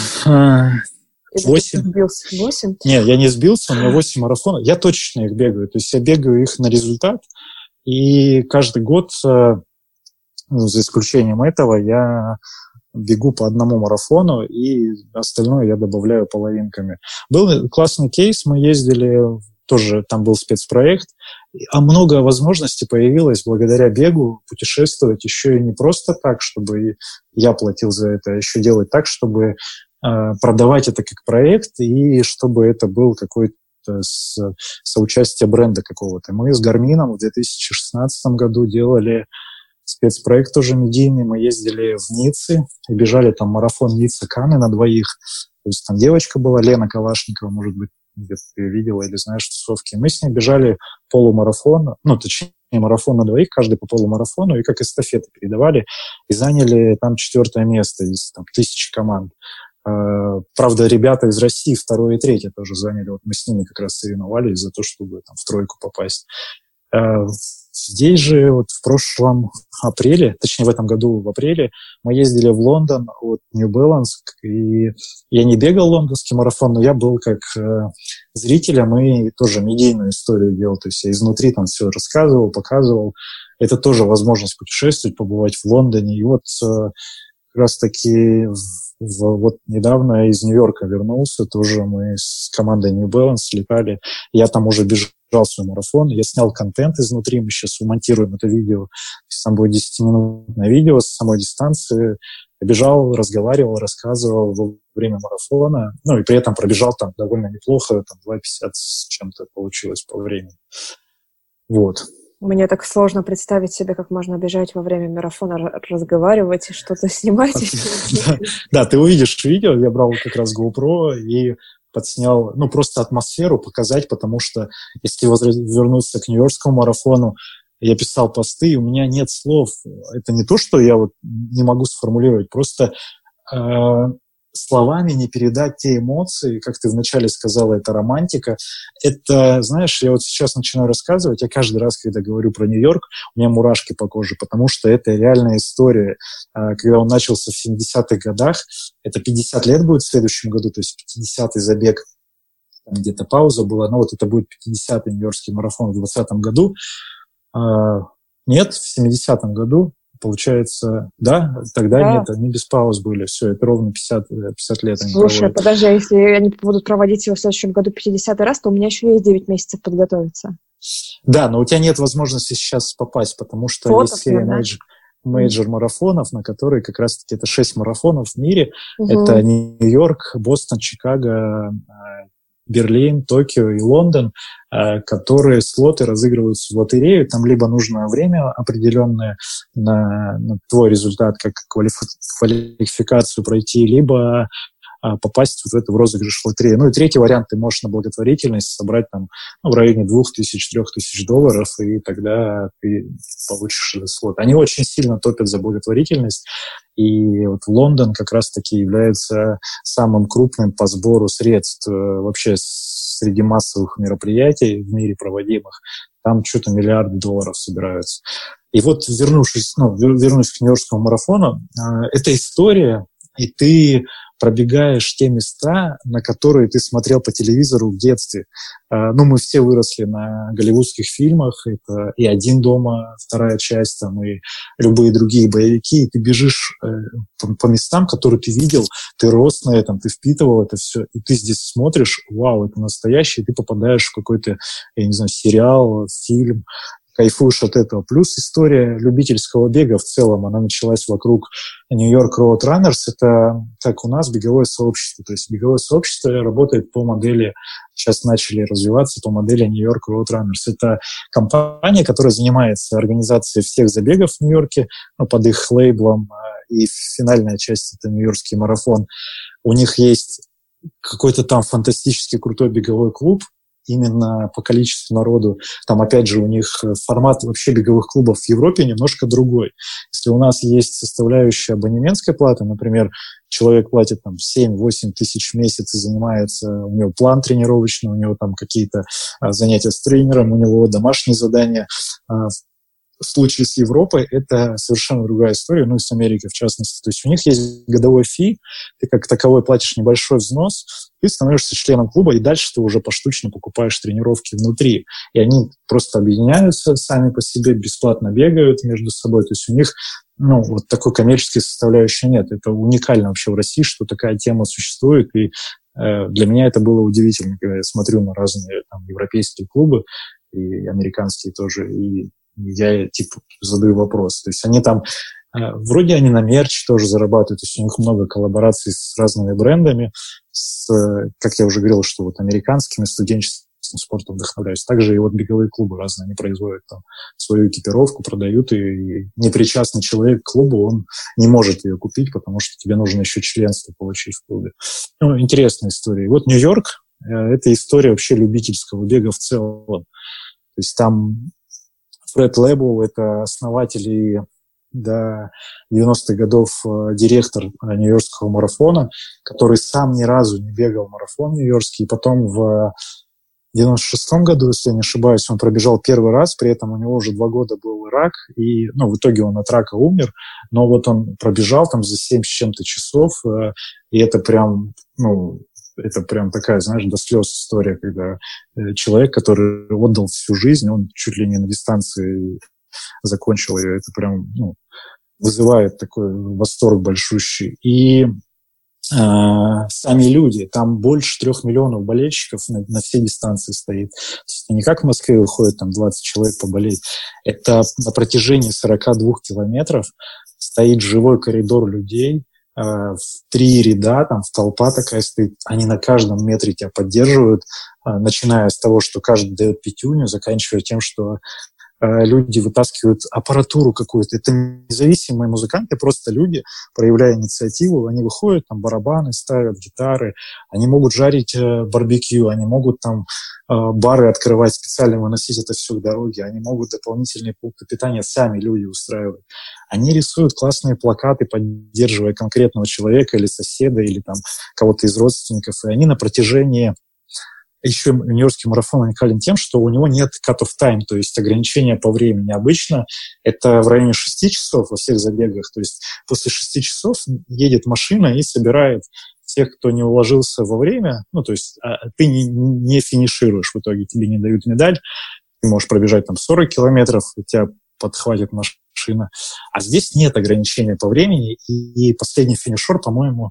8. 8? Нет, я не сбился, у меня 8 марафонов. Я точечно их бегаю, то есть я бегаю их на результат, и каждый год, за исключением этого, я бегу по одному марафону, и остальное я добавляю половинками. Был классный кейс, мы ездили, тоже там был спецпроект, а много возможностей появилось благодаря бегу путешествовать еще и не просто так, чтобы я платил за это, а еще делать так, чтобы продавать это как проект, и чтобы это был какой-то соучастие бренда какого-то. Мы с Garmin в 2016 году делали спецпроект тоже медийный. Мы ездили в Ницце и бежали там марафон Ницца-Каны на двоих. То есть там девочка была, Лена Калашникова, может быть, где-то ты ее видела или знаешь, тусовки. Мы с ней бежали полумарафон, точнее, марафон на двоих, каждый по полумарафону, и как эстафеты передавали, и заняли там 4 место из 1000 команд. Правда, ребята из России 2 и 3 тоже заняли. Вот мы с ними как раз соревновались за то, чтобы в 3 попасть. Здесь же вот в прошлом апреле, точнее в этом году в апреле, мы ездили в Лондон от New Balance, и я не бегал лондонский марафон, но я был как зрителем и тоже медийную историю делал, то есть я изнутри там все рассказывал, показывал. Это тоже возможность путешествовать, побывать в Лондоне, и вот как раз-таки вот недавно из Нью-Йорка вернулся, тоже мы с командой New Balance летали, я там уже бежал свой марафон, я снял контент изнутри, мы сейчас умонтируем это видео, там будет 10-минутное видео с самой дистанции, я бежал, разговаривал, рассказывал во время марафона, и при этом пробежал там довольно неплохо, 2:50 с чем-то получилось по времени. Вот. Мне так сложно представить себе, как можно бежать во время марафона, разговаривать и что-то снимать. Да, ты увидишь видео, я брал как раз GoPro и подснял, просто атмосферу показать, потому что если вернуться к нью-йоркскому марафону, я писал посты, и у меня нет слов. Это не то, что я не могу сформулировать, просто словами не передать те эмоции, как ты вначале сказала, это романтика. Это, знаешь, я вот сейчас начинаю рассказывать, я каждый раз, когда говорю про Нью-Йорк, у меня мурашки по коже, потому что это реальная история. Когда он начался в 70-х годах, это 50 лет будет в следующем году, то есть 50-й забег, там где-то пауза была, это будет 50-й Нью-Йоркский марафон в 2020 году. Нет, в 70-м году, получается, да, тогда да. Нет, они без пауз были, все, это ровно 50 лет. Слушай, подожди, а если они будут проводить его в следующем году 50-й раз, то у меня еще есть 9 месяцев подготовиться. Да, но у тебя нет возможности сейчас попасть, потому что фотов, есть серия мейджор-марафонов, на которые как раз-таки это 6 марафонов в мире. Это Нью-Йорк, Бостон, Чикаго, Берлин, Токио и Лондон, которые слоты разыгрываются в лотерею. Там либо нужно время определенное на твой результат, как квалификацию пройти, либо попасть в эту розыгрыш лотереи. И третий вариант, ты можешь на благотворительность собрать там в районе $2000-3000, и тогда ты получишь этот слот. Они очень сильно топят за благотворительность, и вот Лондон как раз-таки является самым крупным по сбору средств вообще среди массовых мероприятий в мире проводимых. Там что-то $миллиарды собираются. И вот вернусь к Нью-Йоркскому марафону, эта история, и ты пробегаешь те места, на которые ты смотрел по телевизору в детстве. Мы все выросли на голливудских фильмах, это и «Один дома», вторая часть, там, и любые другие боевики, и ты бежишь по местам, которые ты видел, ты рос на этом, ты впитывал это все, и ты здесь смотришь, вау, это настоящее, и ты попадаешь в какой-то, я не знаю, сериал, фильм, кайфуешь от этого. Плюс история любительского бега в целом, она началась вокруг Нью-Йорк Road Runners. Это, как у нас, беговое сообщество. То есть беговое сообщество работает по модели, сейчас начали развиваться по модели Нью-Йорк Road Runners. Это компания, которая занимается организацией всех забегов в Нью-Йорке, под их лейблом, и финальная часть — это Нью-Йоркский марафон. У них есть какой-то там фантастически крутой беговой клуб, именно по количеству народу. Там, опять же, у них формат вообще беговых клубов в Европе немножко другой. Если у нас есть составляющая абонементской платы, например, человек платит там 7-8 тысяч в месяц и занимается, у него план тренировочный, у него там какие-то занятия с тренером, у него домашние задания. В случае с Европой это совершенно другая история, ну и с Америкой в частности. То есть у них есть годовой фи, ты как таковой платишь небольшой взнос, ты становишься членом клуба, и дальше ты уже поштучно покупаешь тренировки внутри. И они просто объединяются сами по себе, бесплатно бегают между собой. То есть у них вот такой коммерческой составляющей нет. Это уникально вообще в России, что такая тема существует. И для меня это было удивительно, когда я смотрю на разные там европейские клубы, и американские тоже, и я задаю вопрос. То есть они там, вроде они на мерч тоже зарабатывают, то есть у них много коллабораций с разными брендами, как я уже говорил, что вот американскими студенческим спортом вдохновляюсь. Также и вот беговые клубы разные, они производят там свою экипировку, продают, и непричастный человек к клубу, он не может ее купить, потому что тебе нужно еще членство получить в клубе. Интересная история. И вот Нью-Йорк — это история вообще любительского бега в целом. То есть там Фред Лэбоу — это основатель и до 90-х годов директор Нью-Йоркского марафона, который сам ни разу не бегал марафон нью-йоркский. И потом в 96-м году, если я не ошибаюсь, он пробежал первый раз, при этом у него уже 2 года был рак, и в итоге он от рака умер. Но вот он пробежал там за 7 с чем-то часов, и это прям, это прям такая, знаешь, до слез история, когда человек, который отдал всю жизнь, он чуть ли не на дистанции закончил ее. Это прям, вызывает такой восторг большущий. И сами люди, там больше 3 миллионов болельщиков на все дистанции стоит. То есть это не как в Москве выходит там 20 человек поболеть. Это на протяжении 42 километров стоит живой коридор людей, в 3 ряда, там в толпа такая стоит, они на каждом метре тебя поддерживают, начиная с того, что каждый дает пятюню, заканчивая тем, что люди вытаскивают аппаратуру какую-то. Это независимые музыканты, просто люди, проявляя инициативу, они выходят, там барабаны ставят, гитары, они могут жарить барбекю, они могут там бары открывать, специально выносить это все к дороге, они могут дополнительные пункты питания сами люди устраивать. Они рисуют классные плакаты, поддерживая конкретного человека или соседа, или там кого-то из родственников, и они на протяжении... Еще Нью-Йоркский марафон уникален тем, что у него нет cut-off time, то есть ограничения по времени. Обычно это в районе 6 часов во всех забегах. То есть после 6 часов едет машина и собирает тех, кто не уложился во время. То есть ты не финишируешь в итоге, тебе не дают медаль. Ты можешь пробежать там 40 километров, и тебя подхватит машина. А здесь нет ограничения по времени. И последний финишер, по-моему,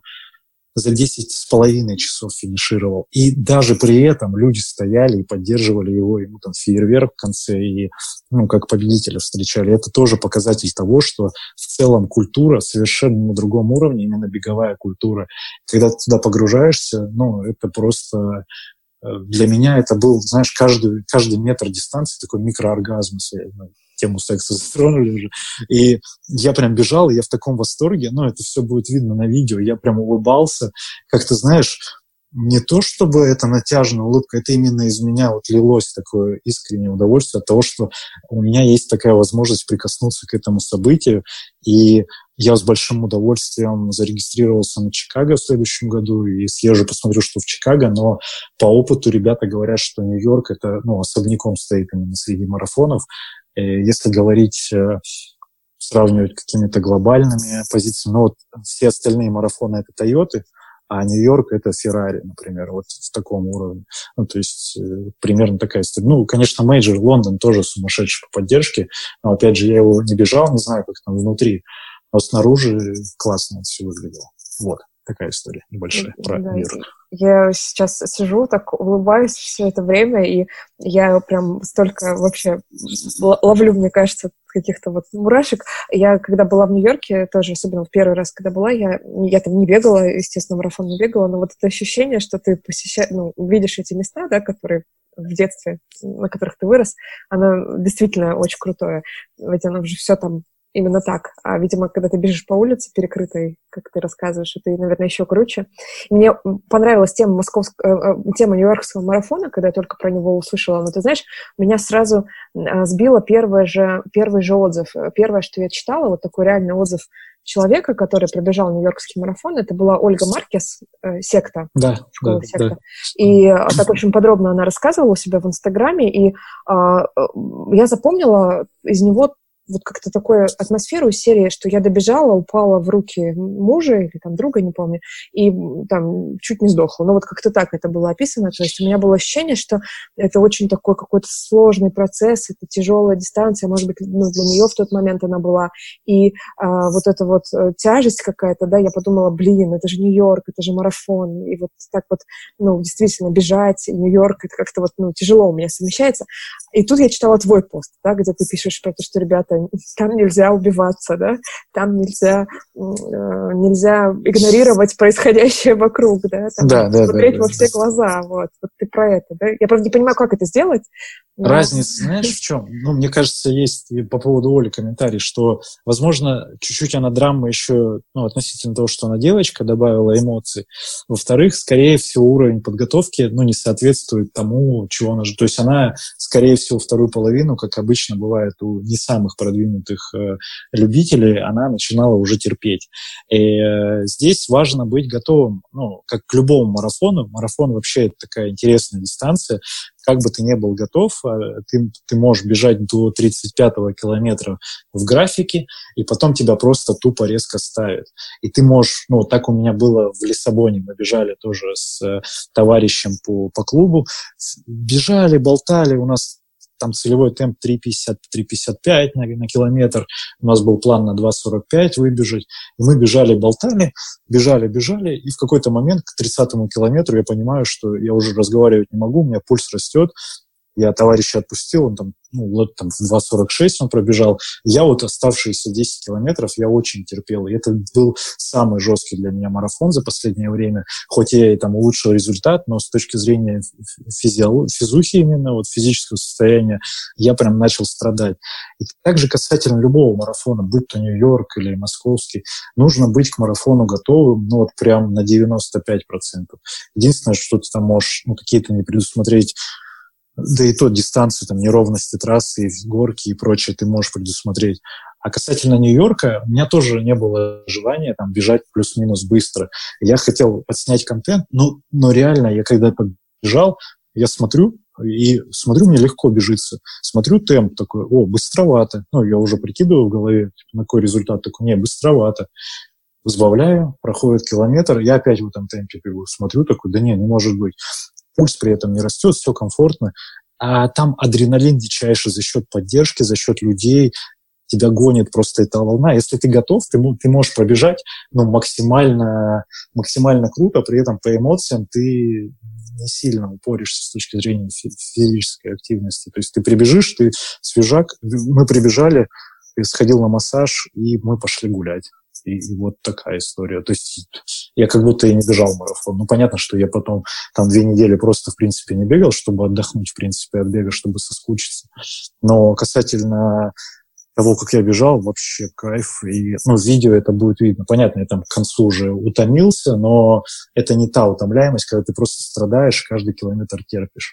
за 10,5 часов финишировал. И даже при этом люди стояли и поддерживали его, ему там фейерверк в конце, и как победителя встречали. Это тоже показатель того, что в целом культура совершенно на другом уровне, именно беговая культура. Когда ты туда погружаешься, это просто... Для меня это был, знаешь, каждый метр дистанции такой микрооргазм. Тему секса затронули уже. И я прям бежал, и я в таком восторге, это все будет видно на видео, я прям улыбался. Как-то, знаешь, не то чтобы это натяжная улыбка, это именно из меня лилось такое искреннее удовольствие от того, что у меня есть такая возможность прикоснуться к этому событию. И я с большим удовольствием зарегистрировался на Чикаго в следующем году и съезжу, посмотрю, что в Чикаго, но по опыту ребята говорят, что Нью-Йорк это особняком стоит именно среди марафонов. Если говорить, сравнивать какими-то глобальными позициями, все остальные марафоны — это Тойоты, а Нью-Йорк — это Феррари, например, в таком уровне. То есть примерно такая история. Конечно, мейджор Лондон тоже сумасшедший по поддержке, но, опять же, я его не бежал, не знаю, как там внутри, но снаружи классно это все выглядело. такая история небольшая про Нью-Йорк. Я сейчас сижу, так улыбаюсь все это время, и я прям столько вообще ловлю, мне кажется, каких-то вот мурашек. Я, когда была в Нью-Йорке, тоже, особенно в первый раз, когда была, я там не бегала, естественно, марафон не бегала, но вот это ощущение, что ты посещаешь, видишь эти места, да, которые в детстве, на которых ты вырос, оно действительно очень крутое. Ведь оно уже все там именно так. А, видимо, когда ты бежишь по улице перекрытой, как ты рассказываешь, это, наверное, еще круче. Мне понравилась тема Нью-Йоркского марафона, когда я только про него услышала. Но ты знаешь, меня сразу сбило первый же отзыв. Первое, что я читала, вот такой реальный отзыв человека, который пробежал Нью-Йоркский марафон, это была Ольга Маркес, секта. Школа секта. Да. И так очень подробно она рассказывала у себя в Инстаграме, и я запомнила из него вот как-то такую атмосферу из серии, что я добежала, упала в руки мужа или там друга, не помню, и там чуть не сдохла. Но вот как-то так это было описано. То есть у меня было ощущение, что это очень такой какой-то сложный процесс, это тяжелая дистанция, может быть, для нее в тот момент она была. И вот эта вот тяжесть какая-то, да, я подумала, это же Нью-Йорк, это же марафон. И вот так вот, действительно, бежать, Нью-Йорк, это как-то вот, тяжело у меня совмещается. И тут я читала твой пост, да, где ты пишешь про то, что, ребята, там нельзя убиваться, да, там нельзя игнорировать происходящее вокруг, да, там смотреть во все глаза, вот ты про это, да. Я правда не понимаю, как это сделать. Разница, знаешь, в чем? Мне кажется, есть по поводу Оли комментарий, что, возможно, чуть-чуть она драма еще, относительно того, что она девочка, добавила эмоций. Во-вторых, скорее всего, уровень подготовки, не соответствует тому, чего она же... То есть она, скорее всего, вторую половину, как обычно бывает у не самых продвинутых любителей, она начинала уже терпеть. И здесь важно быть готовым, как к любому марафону. Марафон вообще это такая интересная дистанция. Как бы ты ни был готов, ты можешь бежать до 35-го километра в графике, и потом тебя просто тупо резко ставят. И ты можешь, так у меня было в Лиссабоне, мы бежали тоже с товарищем по клубу, бежали, болтали, у нас там целевой темп 3,50-3,55 на километр. У нас был план на 2,45 выбежать. И мы бежали, болтали, бежали. И в какой-то момент к 30-му километру я понимаю, что я уже разговаривать не могу, у меня пульс растет. Я товарища отпустил, он там в 2.46 он пробежал. Я оставшиеся 10 километров я очень терпел. И это был самый жесткий для меня марафон за последнее время. Хоть я и там улучшил результат, но с точки зрения физухи именно, физического состояния, я прям начал страдать. И также касательно любого марафона, будь то Нью-Йорк или московский, нужно быть к марафону готовым, прям на 95%. Единственное, что ты там можешь, какие-то не предусмотреть, да и то дистанцию, там, неровности трассы, горки и прочее ты можешь предусмотреть. А касательно Нью-Йорка, у меня тоже не было желания там бежать плюс-минус быстро. Я хотел подснять контент, но реально, я когда побежал, я смотрю, мне легко бежится. Смотрю темп такой, быстровато. Я уже прикидываю в голове, на какой результат такой, быстровато. Сбавляю, проходит километр, я опять в этом темпе бегу. Смотрю такой, не может быть. Пульс при этом не растет, все комфортно. А там адреналин дичайший за счет поддержки, за счет людей. Тебя гонит просто эта волна. Если ты готов, ты можешь пробежать максимально круто, при этом по эмоциям ты не сильно упоришься с точки зрения физической активности. То есть ты прибежишь, ты свежак. Мы прибежали, ты сходил на массаж, и мы пошли гулять. И вот такая история. То есть я как будто и не бежал марафон. Понятно, что я потом там 2 недели просто, в принципе, не бегал, чтобы отдохнуть, в принципе, от бега, чтобы соскучиться. Но касательно того, как я бежал, вообще кайф. И, в видео это будет видно. Понятно, я там к концу уже утомился, но это не та утомляемость, когда ты просто страдаешь, каждый километр терпишь.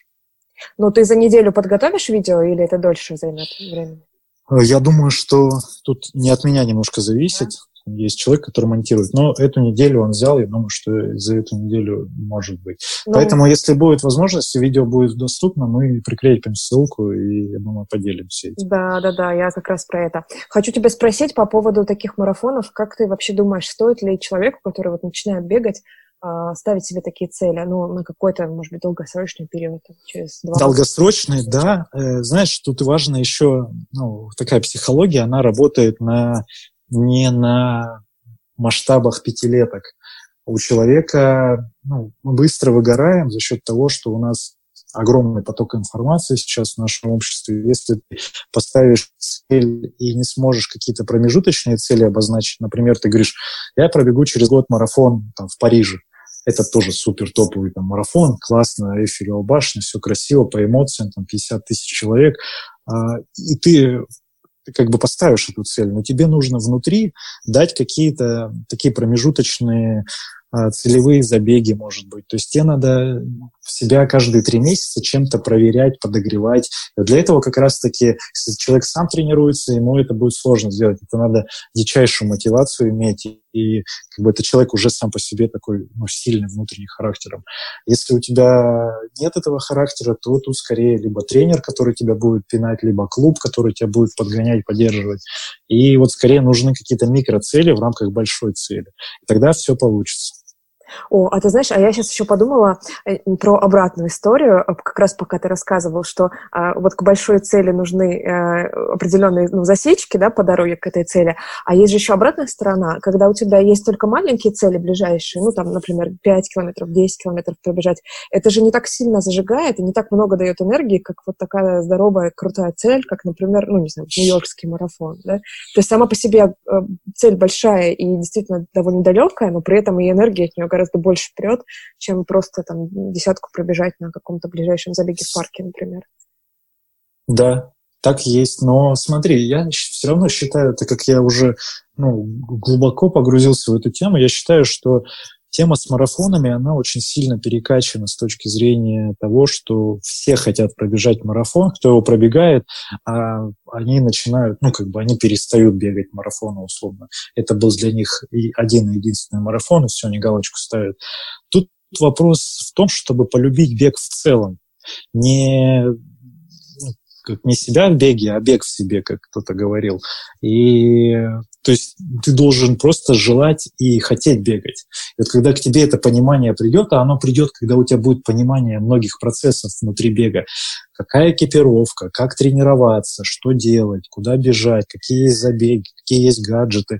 Ты за неделю подготовишь видео или это дольше займет времени? Я думаю, что тут не от меня немножко зависит. Есть человек, который монтирует. Но эту неделю он взял, я думаю, что за эту неделю может быть. Поэтому, если будет возможность, видео будет доступно, мы прикрепим ссылку и, я думаю, поделимся этим. Да, я как раз про это. Хочу тебя спросить по поводу таких марафонов. Как ты вообще думаешь, стоит ли человеку, который начинает бегать, ставить себе такие цели, на какой-то, может быть, долгосрочный период, через 2 года? Долгосрочный, да. Знаешь, тут важно еще, такая психология, она работает не на масштабах пятилеток. у человека, мы быстро выгораем за счет того, что у нас огромный поток информации сейчас в нашем обществе. Если ты поставишь цель и не сможешь какие-то промежуточные цели обозначить, например, ты говоришь, я пробегу через год марафон в Париже. Это тоже супер топовый марафон, классно, Эйфелева башня, все красиво, по эмоциям, 50 тысяч человек. И ты как бы поставишь эту цель, но тебе нужно внутри дать какие-то такие промежуточные целевые забеги, может быть. То есть тебе надо себя каждые 3 месяца чем-то проверять, подогревать. И для этого как раз-таки, если человек сам тренируется, ему это будет сложно сделать. Это надо дичайшую мотивацию иметь. И как бы это человек уже сам по себе такой сильный внутренним характером. Если у тебя нет этого характера, то тут скорее либо тренер, который тебя будет пинать, либо клуб, который тебя будет подгонять, поддерживать. И вот скорее нужны какие-то микроцели в рамках большой цели. И тогда все получится. А ты знаешь, я сейчас еще подумала про обратную историю, как раз пока ты рассказывал, что вот к большой цели нужны определенные засечки, да, по дороге к этой цели, а есть же еще обратная сторона, когда у тебя есть только маленькие цели ближайшие, например, 5 километров, 10 километров пробежать, это же не так сильно зажигает и не так много дает энергии, как вот такая здоровая, крутая цель, как, например, Нью-Йоркский марафон, да? То есть сама по себе цель большая и действительно довольно далекая, но при этом и энергия от нее гораздо больше прет, чем просто десятку пробежать на каком-то ближайшем забеге в парке, например. Да, так есть. Но смотри, я все равно считаю, так как я уже глубоко погрузился в эту тему, я считаю, что тема с марафонами, она очень сильно перекачана с точки зрения того, что все хотят пробежать марафон, кто его пробегает, а они начинают, они перестают бегать марафоны условно. Это был для них и один и единственный марафон, и все, они галочку ставят. Тут вопрос в том, чтобы полюбить бег в целом. Не себя в беге, а бег в себе, как кто-то говорил. И то есть ты должен просто желать и хотеть бегать. И вот когда к тебе это понимание придет, а оно придет, когда у тебя будет понимание многих процессов внутри бега, какая экипировка, как тренироваться, что делать, куда бежать, какие есть забеги, какие есть гаджеты,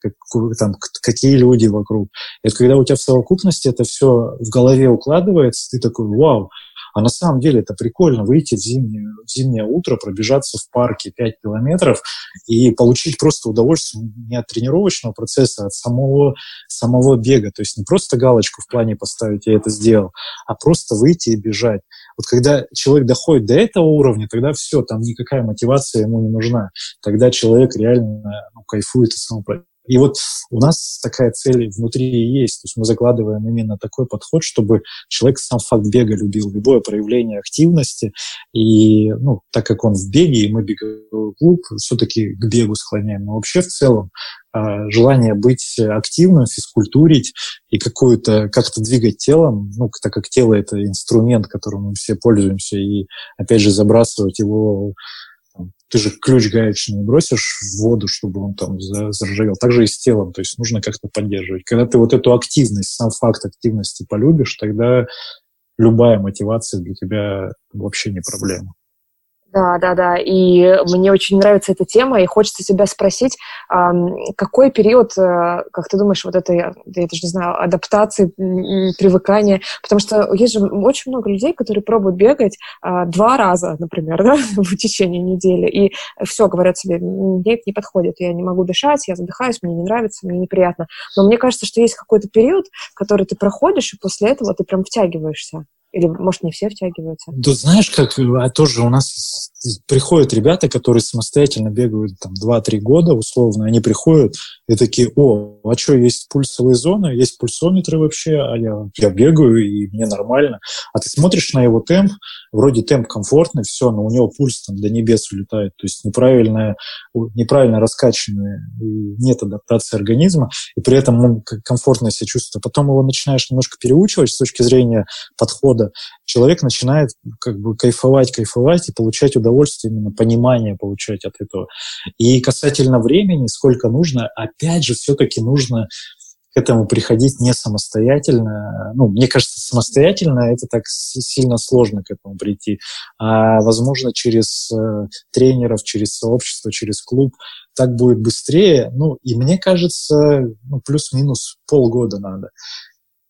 какие люди вокруг. И вот когда у тебя в совокупности это все в голове укладывается, ты такой, вау, а на самом деле это прикольно выйти в зимнее утро, пробежаться в парке 5 километров и получить просто удовольствие не от тренировочного процесса, а от самого бега. То есть не просто галочку в плане поставить, я это сделал, а просто выйти и бежать. Вот когда человек доходит до этого уровня, тогда все, там никакая мотивация ему не нужна. Тогда человек реально кайфует от самого. И вот у нас такая цель внутри есть. То есть мы закладываем именно такой подход, чтобы человек сам факт бега любил, любое проявление активности. И так как он в беге, и мы беговой клуб, все-таки к бегу склоняем. Но вообще в целом желание быть активным, физкультурить и как-то двигать телом, так как тело — это инструмент, которым мы все пользуемся, и опять же забрасывать его. Ты же ключ гаечный бросишь в воду, чтобы он заржавел. Так же и с телом. То есть нужно как-то поддерживать. Когда ты вот эту активность, сам факт активности полюбишь, тогда любая мотивация для тебя вообще не проблема. Да. И мне очень нравится эта тема, и хочется тебя спросить, какой период, как ты думаешь, вот этой, я даже не знаю, адаптации, привыкания, потому что есть же очень много людей, которые пробуют бегать 2 раза, например, да, в течение недели, и все, говорят себе, мне это не подходит, я не могу дышать, я задыхаюсь, мне не нравится, мне неприятно. Но мне кажется, что есть какой-то период, который ты проходишь, и после этого ты прям втягиваешься. Или, может, не все втягиваются? Да знаешь, как тоже у нас приходят ребята, которые самостоятельно бегают 2-3 года, условно, они приходят и такие, а что, есть пульсовые зоны, есть пульсометры вообще, а я бегаю, и мне нормально. А ты смотришь на его темп, вроде темп комфортный, все, но у него пульс до небес улетает, то есть неправильно раскачанный, нет адаптации организма, и при этом он комфортно себя чувствует. А потом его начинаешь немножко переучивать с точки зрения подхода, человек начинает кайфовать и получать удовольствие, именно понимание получать от этого. И касательно времени, сколько нужно, опять же, все-таки нужно к этому приходить не самостоятельно. Мне кажется, самостоятельно это так сильно сложно к этому прийти. А, возможно, через тренеров, через сообщество, через клуб так будет быстрее. И мне кажется, плюс-минус полгода надо.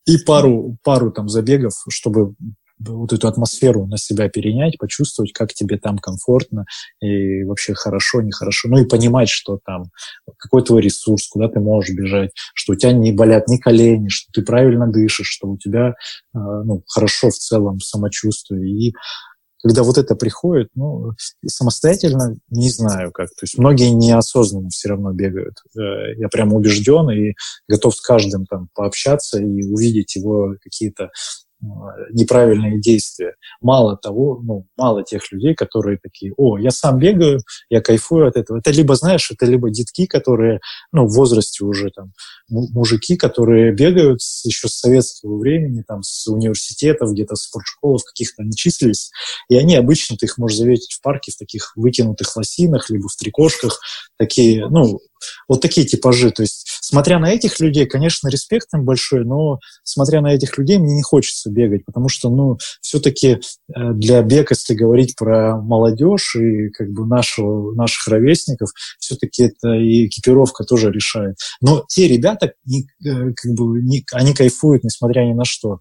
И пару там забегов, чтобы вот эту атмосферу на себя перенять, почувствовать, как тебе там комфортно и вообще хорошо, нехорошо. Ну и понимать, что там, какой твой ресурс, куда ты можешь бежать, что у тебя не болят ни колени, что ты правильно дышишь, что у тебя хорошо в целом самочувствие. И когда вот это приходит, самостоятельно не знаю как. То есть многие неосознанно все равно бегают. Я прям убежден и готов с каждым там пообщаться и увидеть его какие-то неправильные действия. Мало того, мало тех людей, которые такие: о, я сам бегаю, я кайфую от этого. Это либо, знаешь, это либо детки, которые, в возрасте уже там, мужики, которые бегают еще с советского времени, там, с университетов, где-то с спортшколов каких-то они числились, и они обычно, ты их можешь заметить в парке в таких вытянутых лосинах, либо в трикошках, такие, вот такие типажи. То есть, смотря на этих людей, конечно, респект им большой, но смотря на этих людей, мне не хочется бегать, потому что, все-таки для бега, если говорить про молодежь и как бы наших ровесников, все-таки это и экипировка тоже решает. Но те ребята, они кайфуют, несмотря ни на что.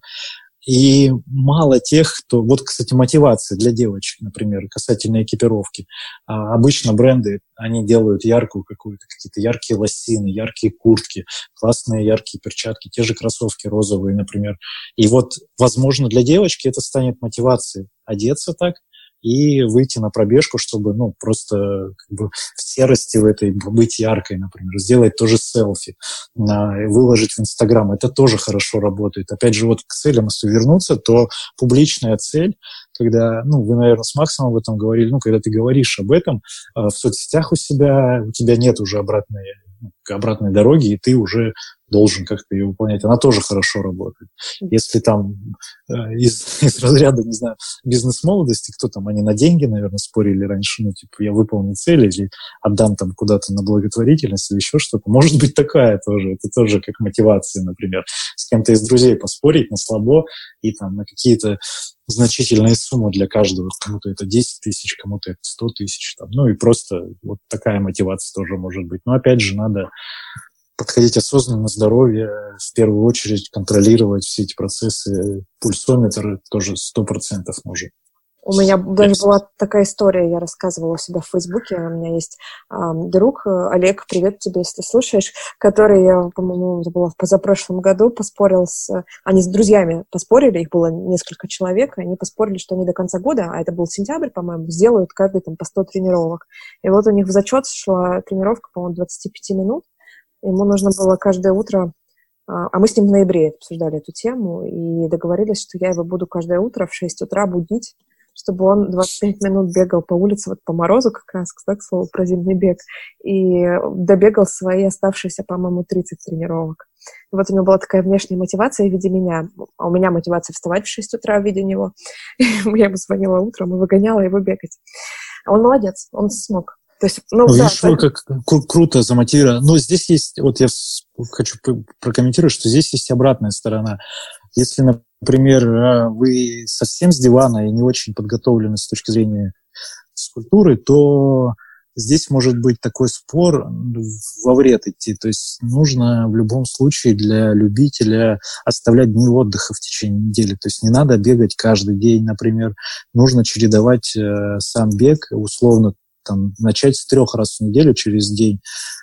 И мало тех, кто... Вот, кстати, мотивация для девочек, например, касательно экипировки. Обычно бренды, они делают яркую какую-то, какие-то яркие лосины, яркие куртки, классные яркие перчатки, те же кроссовки розовые, например. И вот, возможно, для девочки это станет мотивацией одеться так и выйти на пробежку, чтобы, просто как бы в серости в этой быть яркой, например, сделать тоже селфи, выложить в Инстаграм. Это тоже хорошо работает. Опять же, вот к целям, если вернуться, то публичная цель, когда, вы, наверное, с Максом об этом говорили, когда ты говоришь об этом в соцсетях у тебя нет уже обратной дороги, и ты уже должен как-то ее выполнять. Она тоже хорошо работает. Если там из разряда, не знаю, бизнес-молодости, кто там, они на деньги, наверное, спорили раньше, я выполню цель или отдам там куда-то на благотворительность или еще что-то. Может быть, такая тоже. Это тоже как мотивация, например. С кем-то из друзей поспорить на слабо и там на какие-то значительные суммы для каждого. Кому-то это 10 тысяч, кому-то это 100 тысяч. И просто вот такая мотивация тоже может быть. Но опять же, надо подходить осознанно, здоровье, в первую очередь контролировать все эти процессы. Пульсометр тоже 100% нужен. У меня даже была такая история, я рассказывала у себя в Фейсбуке. У меня есть друг, Олег, привет тебе, если ты слушаешь, который, по-моему, это было в позапрошлом году, поспорил они с друзьями поспорили, их было несколько человек, и они поспорили, что они до конца года, а это был сентябрь, по-моему, сделают каждый там по 100 тренировок. И вот у них в зачет шла тренировка, по-моему, 25 минут. Ему нужно было каждое утро, а мы с ним в ноябре обсуждали эту тему, и договорились, что я его буду каждое утро в 6 утра будить, чтобы он 25 минут бегал по улице, вот по морозу как раз, к слову, про зимний бег, и добегал свои оставшиеся, по-моему, 30 тренировок. И вот у него была такая внешняя мотивация в виде меня, а у меня мотивация вставать в 6 утра в виде него. Я ему звонила утром и выгоняла его бегать. А он молодец, он смог. То есть, видишь, как круто замотивировано. Но здесь есть, вот я хочу прокомментировать, что здесь есть обратная сторона. Если, например, вы совсем с дивана и не очень подготовлены с точки зрения физкультуры, то здесь может быть такой спор во вред идти. То есть нужно в любом случае для любителя оставлять дни отдыха в течение недели. То есть не надо бегать каждый день, например. Нужно чередовать сам бег, условно, начать с 3 раз в неделю через день,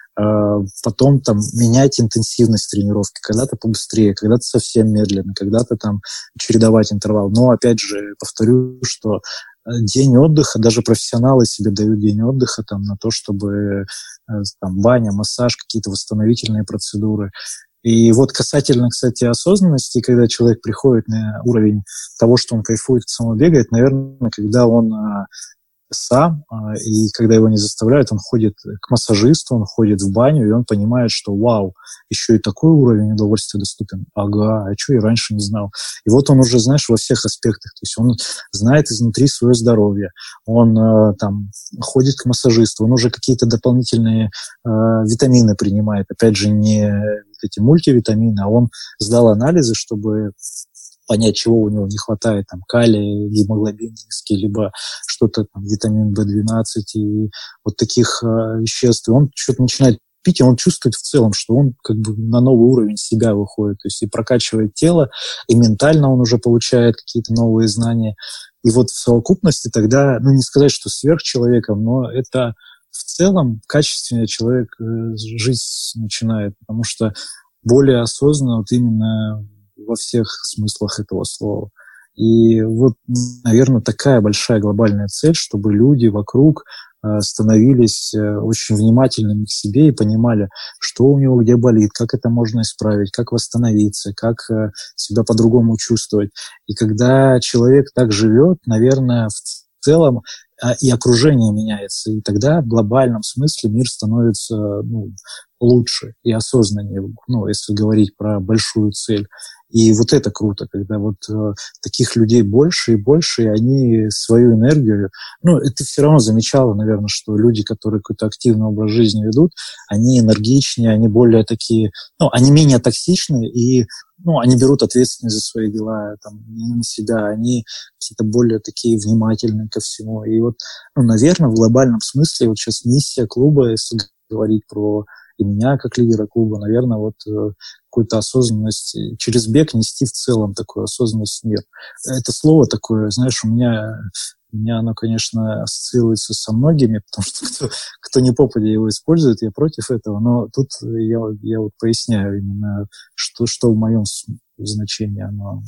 потом менять интенсивность тренировки, когда-то побыстрее, когда-то совсем медленно, когда-то чередовать интервал. Но, опять же, повторю, что день отдыха, даже профессионалы себе дают день отдыха на то, чтобы баня, массаж, какие-то восстановительные процедуры. И вот касательно, кстати, осознанности, когда человек приходит на уровень того, что он кайфует от самого бега, это, наверное, когда он сам, и когда его не заставляют, он ходит к массажисту, он ходит в баню, и он понимает, что вау, еще и такой уровень удовольствия доступен. Ага, а что я раньше не знал? И вот он уже, знаешь, во всех аспектах, то есть он знает изнутри свое здоровье, он ходит к массажисту, он уже какие-то дополнительные витамины принимает, опять же, не эти мультивитамины, а он сдал анализы, чтобы понять, чего у него не хватает, калия, гемоглобин низкий, либо что-то, витамин В12 и вот таких веществ. И он что-то начинает пить, и он чувствует в целом, что он как бы на новый уровень себя выходит, то есть и прокачивает тело, и ментально он уже получает какие-то новые знания. И вот в совокупности тогда, ну, не сказать, что сверхчеловеком, но это в целом качественнее человек жить начинает, потому что более осознанно вот именно во всех смыслах этого слова. И вот, наверное, такая большая глобальная цель, чтобы люди вокруг становились очень внимательными к себе и понимали, что у него где болит, как это можно исправить, как восстановиться, как себя по-другому чувствовать. И когда человек так живет, наверное, в целом и окружение меняется, и тогда в глобальном смысле мир становится, ну, лучше и осознаннее, ну, если говорить про большую цель. И вот это круто, когда вот таких людей больше и больше, и они свою энергию... Ну, ты все равно замечала, наверное, что люди, которые какой-то активный образ жизни ведут, они энергичнее, они более такие... Ну, они менее токсичны, и ну, они берут ответственность за свои дела там, на себя, они какие-то более такие внимательные ко всему. И вот, ну, наверное, в глобальном смысле вот сейчас миссия клуба, если говорить про и меня как лидера клуба, наверное, вот какую-то осознанность через бег нести в целом такую осознанность в мир. Это слово такое, знаешь, у меня оно, конечно, ассоциируется со многими, потому что кто не попадя его использует, я против этого, но тут я вот поясняю именно, что в моем значении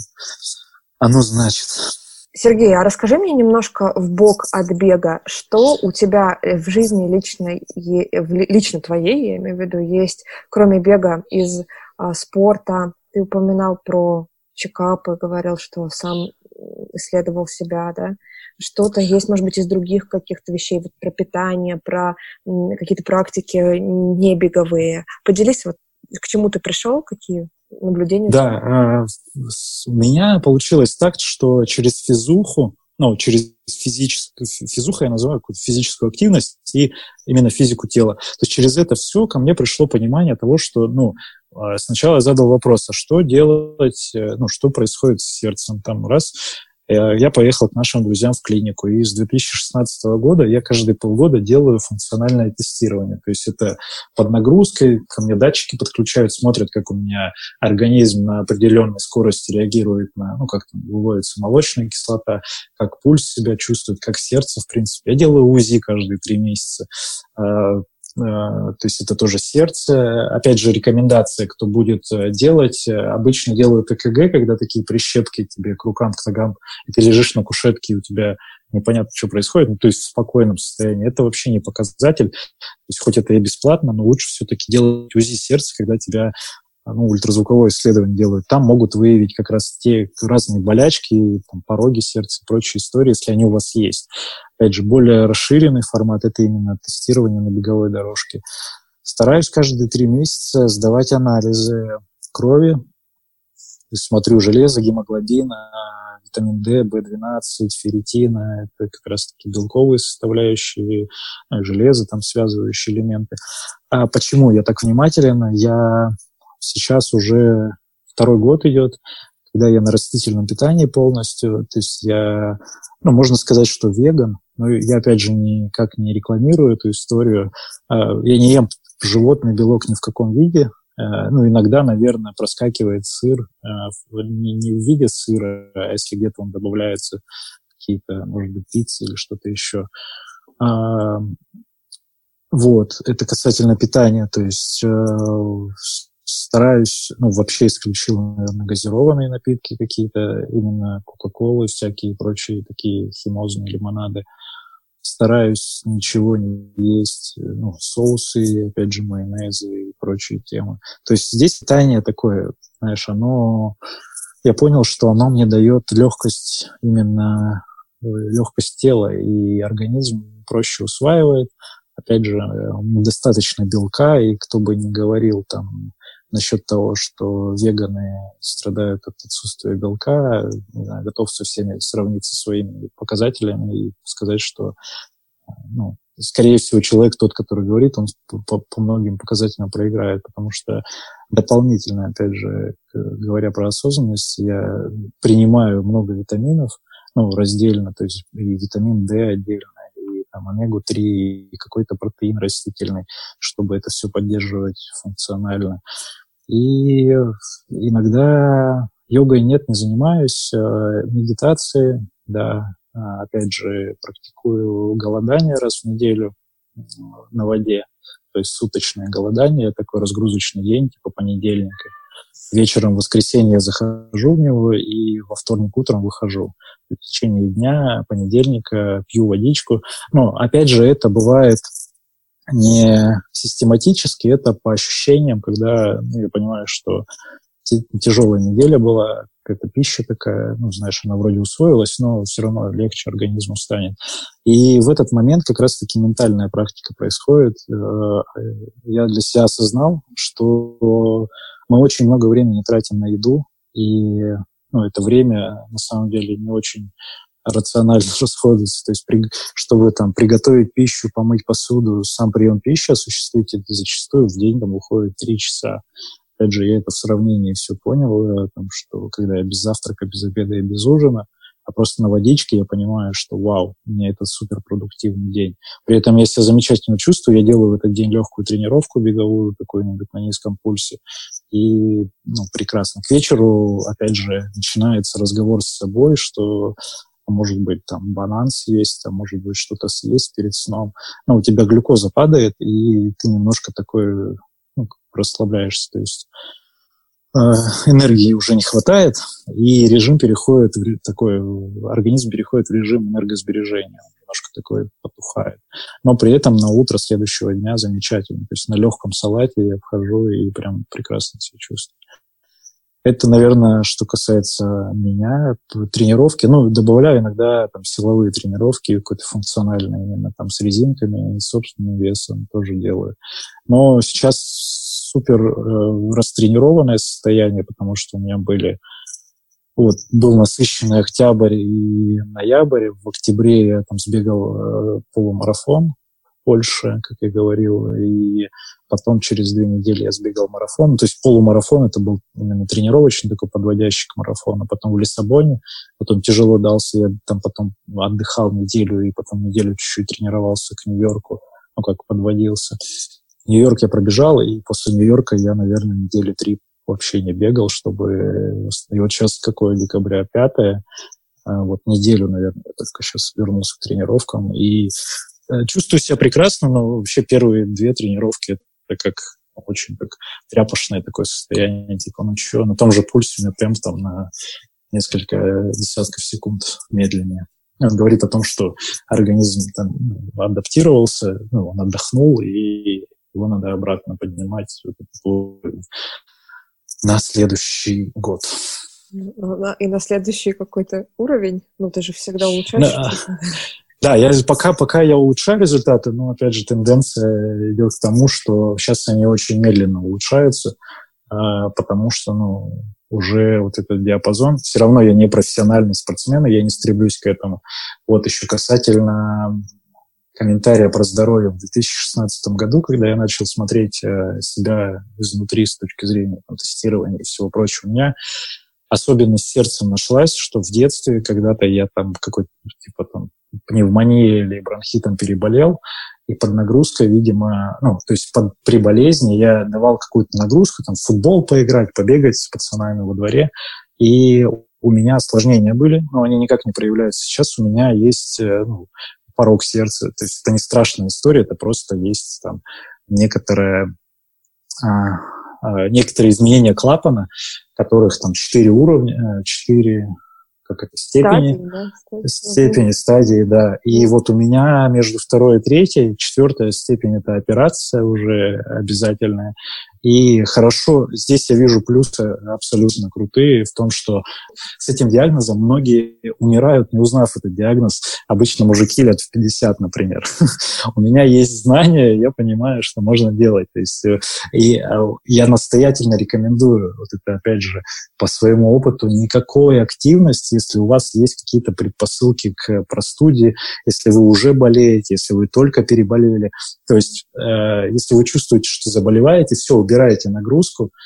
оно значит. Сергей, а расскажи мне немножко вбок от бега, что у тебя в жизни лично твоей, я имею в виду, есть, кроме бега, из спорта. Ты упоминал про чекапы, говорил, что сам исследовал себя, да? Что-то есть, может быть, из других каких-то вещей, вот про питание, про какие-то практики небеговые. Поделись, вот к чему ты пришел, какие наблюдения? Да, у меня получилось так, что через физуху, ну, через физуху я называю какую-то физическую активность и именно физику тела. То есть через это все ко мне пришло понимание того, что, ну, сначала я задал вопрос, а что делать, ну, что происходит с сердцем? Там раз, я поехал к нашим друзьям в клинику, и с 2016 года я каждые полгода делаю функциональное тестирование. То есть это под нагрузкой, ко мне датчики подключают, смотрят, как у меня организм на определенной скорости реагирует на, ну, как там выводится молочная кислота, как пульс себя чувствует, как сердце, в принципе. Я делаю УЗИ каждые 3 месяца. То есть это тоже сердце. Опять же, рекомендация, кто будет делать. Обычно делают ЭКГ, когда такие прищепки тебе к рукам, к ногам, и ты лежишь на кушетке, и у тебя непонятно, что происходит, ну, то есть в спокойном состоянии. Это вообще не показатель. То есть хоть это и бесплатно, но лучше все-таки делать УЗИ сердца, когда тебя, ну, ультразвуковое исследование делают. Там могут выявить как раз те разные болячки, там, пороги сердца и прочие истории, если они у вас есть. Опять же, более расширенный формат – это именно тестирование на беговой дорожке. Стараюсь каждые 3 месяца сдавать анализы крови. Смотрю железо, гемоглобин, витамин D, B12, ферритин. Это как раз-таки белковые составляющие, железо, там связывающие элементы. А почему я так внимателен? Я сейчас уже 2-й год идет, когда я на растительном питании полностью. То есть я, ну, можно сказать, что веган, но я, опять же, никак не рекламирую эту историю. Я не ем животный белок ни в каком виде. Ну, иногда, наверное, проскакивает сыр. Не в виде сыра, а если где-то он добавляется какие-то, может быть, пиццы или что-то еще. Вот, это касательно питания. То есть стараюсь, ну, вообще исключил, наверное, газированные напитки какие-то, именно кока-колы, всякие прочие такие химозные лимонады. Стараюсь ничего не есть, ну, соусы, опять же, майонезы и прочие темы. То есть здесь питание такое, знаешь, я понял, что оно мне дает легкость, именно легкость тела, и организм проще усваивает. Опять же, достаточно белка, и кто бы ни говорил там насчет того, что веганы страдают от отсутствия белка, не знаю, готов со всеми сравниться своими показателями и сказать, что, ну, скорее всего, человек, тот, который говорит, он по многим показателям проиграет, потому что дополнительно, опять же, говоря про осознанность, я принимаю много витаминов, ну, раздельно, то есть и витамин D отдельно, и там, омегу-3 и какой-то протеин растительный, чтобы это все поддерживать функционально. И иногда йогой нет, не занимаюсь, медитацией, да, опять же, практикую голодание раз в неделю на воде, то есть суточное голодание, такой разгрузочный день, типа понедельника. Вечером в воскресенье я захожу в него, и во вторник утром выхожу. В течение дня, понедельника, пью водичку. Но, опять же, это бывает не систематически, это по ощущениям, когда я понимаю, что тяжелая неделя была, какая-то пища такая, знаешь, она вроде усвоилась, но все равно легче организму станет. И в этот момент как раз-таки ментальная практика происходит. Я для себя осознал, что мы очень много времени тратим на еду, и это время на самом деле не очень рационально расходуется. То есть, чтобы там приготовить пищу, помыть посуду, сам прием пищи осуществить, это зачастую в день там уходит 3 часа. Опять же, я это в сравнении все понял, что когда я без завтрака, без обеда и без ужина, а просто на водичке, я понимаю, что вау, у меня это суперпродуктивный день. При этом я себя замечательно чувствую, я делаю в этот день легкую тренировку беговую какую-нибудь на низком пульсе, и прекрасно. К вечеру, опять же, начинается разговор с собой, что может быть, там, банан съесть, может быть, что-то съесть перед сном. У тебя глюкоза падает, и ты немножко такой, расслабляешься, то есть энергии уже не хватает, и режим переходит организм переходит в режим энергосбережения, он немножко такой потухает. Но при этом на утро следующего дня замечательно, то есть на легком салате я вхожу и прям прекрасно себя чувствую. Это, наверное, что касается меня. Тренировки, добавляю иногда там силовые тренировки, какие-то функциональные, именно там с резинками, с собственным весом тоже делаю. Но сейчас супер растренированное состояние, потому что у меня был насыщенный октябрь и ноябрь. В октябре я там сбегал полумарафон в Польше, как я говорил, и потом через 2 недели я сбегал марафон. То есть полумарафон — это был именно тренировочный, такой подводящий к марафону. Потом в Лиссабоне, потом тяжело дался, я там потом отдыхал неделю, и потом неделю чуть-чуть тренировался к Нью-Йорку, как подводился. Нью-Йорк я пробежал, и после Нью-Йорка я, наверное, 3 недели вообще не бегал, чтобы... И вот сейчас какое декабря, 5-е, неделю, наверное, я только сейчас вернулся к тренировкам, и чувствую себя прекрасно, но вообще первые 2 тренировки это как очень как тряпочное такое состояние, типа, на том же пульсе у меня прям там на несколько десятков секунд медленнее. Он говорит о том, что организм там адаптировался, он отдохнул, и его надо обратно поднимать на следующий год. И на следующий какой-то уровень? Ты же всегда улучшаешь. Да, пока я улучшаю результаты, но, опять же, тенденция идет к тому, что сейчас они очень медленно улучшаются, потому что, уже вот этот диапазон, все равно я не профессиональный спортсмен, и я не стремлюсь к этому. Вот еще касательно комментария про здоровье в 2016 году, когда я начал смотреть себя изнутри с точки зрения тестирования и всего прочего, у меня особенность сердцем нашлась, что в детстве когда-то я там какой-то пневмонией или бронхитом переболел, и под нагрузкой, видимо, то есть при болезни я давал какую-то нагрузку, там, в футбол поиграть, побегать с пацанами во дворе, и у меня осложнения были, но они никак не проявляются. Сейчас у меня есть порог сердца, то есть это не страшная история, это просто есть там некоторые изменения клапана, которых там 4 уровня, 4 степени, стадии, да. И вот у меня между 2-й и 3-й, 4-я степень — это операция уже обязательная. И хорошо, здесь я вижу плюсы абсолютно крутые в том, что с этим диагнозом многие умирают, не узнав этот диагноз. Обычно мужики лет в 50, например. У меня есть знания, я понимаю, что можно делать. То есть, и я настоятельно рекомендую, вот это опять же по своему опыту, никакой активности, если у вас есть какие-то предпосылки к простуде, если вы уже болеете, если вы только переболели. То есть, если вы чувствуете, что заболеваете, все, убираете нагрузку,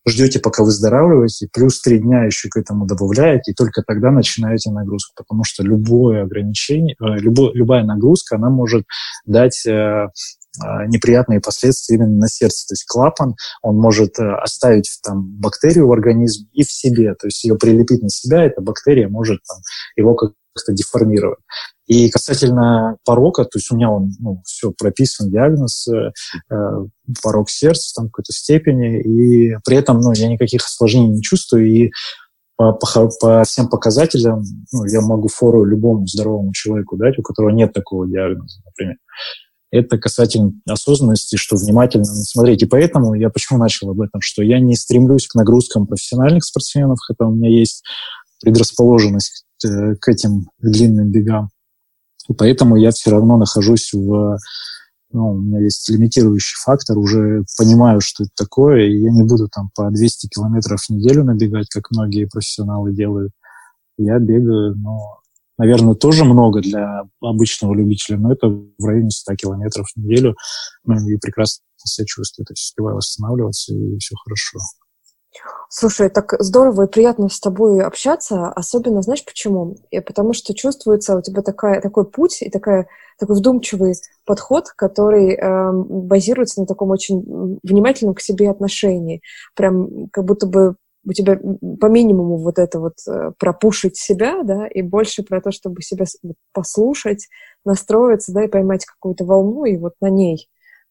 ждете, пока выздоравливаете, плюс 3 дня еще к этому добавляете, и только тогда начинаете нагрузку, потому что любое ограничение, любая нагрузка, она может дать неприятные последствия именно на сердце. То есть клапан, он может оставить там бактерию в организме и в себе, то есть ее прилепить на себя, эта бактерия может там, его как-то деформировать. И касательно порока, то есть у меня все прописан диагноз, порок сердца там в какой-то степени, и при этом я никаких осложнений не чувствую, и по всем показателям я могу фору любому здоровому человеку дать, у которого нет такого диагноза, например. Это касательно осознанности, что внимательно смотреть. И поэтому я почему начал об этом, что я не стремлюсь к нагрузкам профессиональных спортсменов, хотя у меня есть предрасположенность к этим длинным бегам. И поэтому я все равно нахожусь у меня есть лимитирующий фактор, уже понимаю, что это такое, и я не буду там по 200 километров в неделю набегать, как многие профессионалы делают. Я бегаю, наверное, тоже много для обычного любителя, но это в районе 100 километров в неделю, и прекрасно себя чувствую, то есть успеваю восстанавливаться, и все хорошо. Слушай, так здорово и приятно с тобой общаться, особенно, знаешь почему? Потому что чувствуется у тебя такой путь и такой вдумчивый подход, который базируется на таком очень внимательном к себе отношении. Прям как будто бы у тебя по минимуму вот это вот пропушить себя, да, и больше про то, чтобы себя послушать, настроиться, да, и поймать какую-то волну, и вот на ней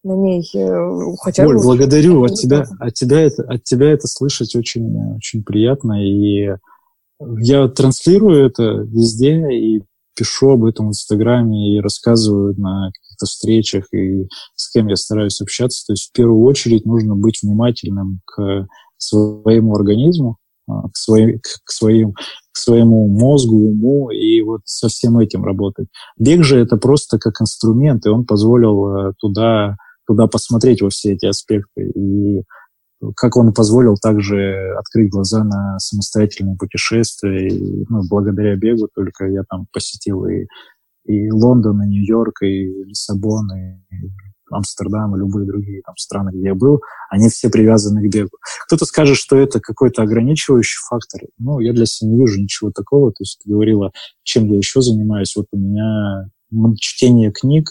хотя бы... Оль, благодарю. От тебя это слышать очень, очень приятно. И я транслирую это везде и пишу об этом в Инстаграме, и рассказываю на каких-то встречах, и с кем я стараюсь общаться. То есть в первую очередь нужно быть внимательным к своему организму, к своему мозгу, уму, и вот со всем этим работать. Бег же это просто как инструмент, и он позволил туда посмотреть во все эти аспекты. И как он позволил также открыть глаза на самостоятельные путешествия. И, благодаря бегу только я там посетил и Лондон, и Нью-Йорк, и Лиссабон, и Амстердам, и любые другие там страны, где я был, они все привязаны к бегу. Кто-то скажет, что это какой-то ограничивающий фактор. Я для себя не вижу ничего такого. То есть ты говорила, чем я еще занимаюсь. Вот у меня чтение книг,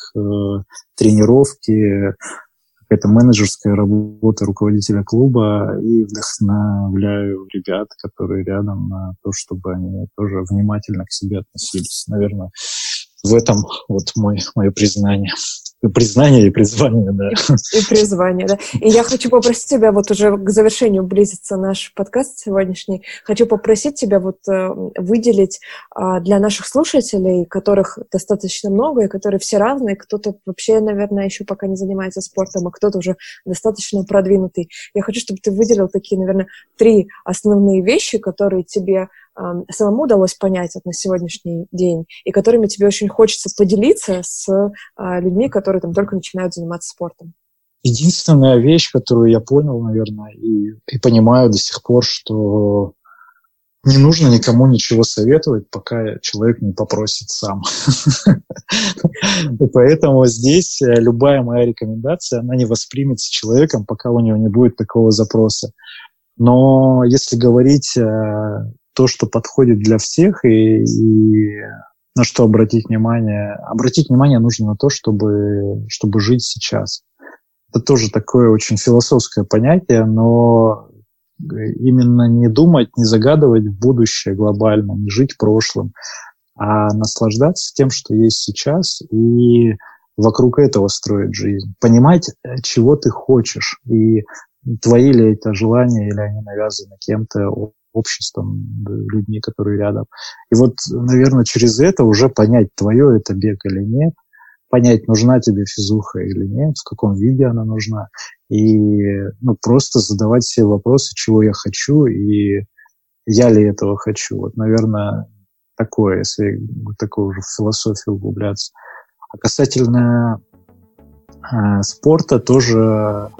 тренировки, какая-то менеджерская работа руководителя клуба, и вдохновляю ребят, которые рядом, на то, чтобы они тоже внимательно к себе относились. Наверное, в этом вот мое признание. Признание и призвание, да. И призвание, да. И я хочу попросить тебя, вот уже к завершению близится наш подкаст сегодняшний, хочу попросить тебя вот выделить для наших слушателей, которых достаточно много, и которые все разные, кто-то вообще, наверное, еще пока не занимается спортом, а кто-то уже достаточно продвинутый. Я хочу, чтобы ты выделил такие, наверное, 3 основные вещи, которые тебе самому удалось понять на сегодняшний день, и которыми тебе очень хочется поделиться с людьми, которые там только начинают заниматься спортом. Единственная вещь, которую я понял, наверное, и понимаю до сих пор, что не нужно никому ничего советовать, пока человек не попросит сам. И поэтому здесь любая моя рекомендация, она не воспримется человеком, пока у него не будет такого запроса. Но если говорить то, что подходит для всех, и на что обратить внимание. Обратить внимание нужно на то, чтобы жить сейчас. Это тоже такое очень философское понятие, но именно не думать, не загадывать в будущее глобально, не жить прошлым, а наслаждаться тем, что есть сейчас, и вокруг этого строить жизнь. Понимать, чего ты хочешь, и твои ли это желания, или они навязаны кем-то, обществом, людьми, которые рядом. И вот, наверное, через это уже понять, твое это бег или нет, понять, нужна тебе физуха или нет, в каком виде она нужна, и просто задавать себе вопросы, чего я хочу, и я ли этого хочу. Вот, наверное, такое, если в такую уже философию углубляться. А касательно спорта тоже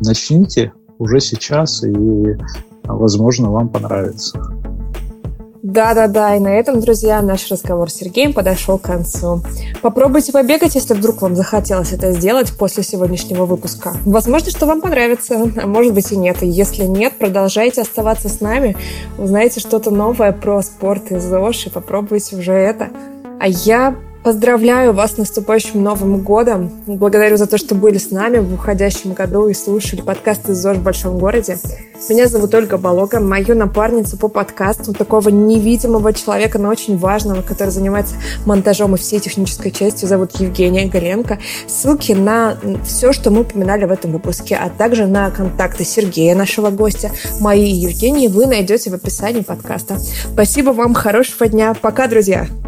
начните уже сейчас, и возможно, вам понравится. Да-да-да, и на этом, друзья, наш разговор с Сергеем подошел к концу. Попробуйте побегать, если вдруг вам захотелось это сделать после сегодняшнего выпуска. Возможно, что вам понравится, а может быть и нет. И если нет, продолжайте оставаться с нами, узнаете что-то новое про спорт и ЗОЖ, и попробуйте уже это. А я поздравляю вас с наступающим Новым годом. Благодарю за то, что были с нами в уходящем году и слушали подкасты «ЗОЖ в большом городе». Меня зовут Ольга Болога, мою напарницу по подкасту, такого невидимого человека, но очень важного, который занимается монтажом и всей технической частью, зовут Евгения Галенко. Ссылки на все, что мы упоминали в этом выпуске, а также на контакты Сергея, нашего гостя, мои и Евгении, вы найдете в описании подкаста. Спасибо вам, хорошего дня. Пока, друзья!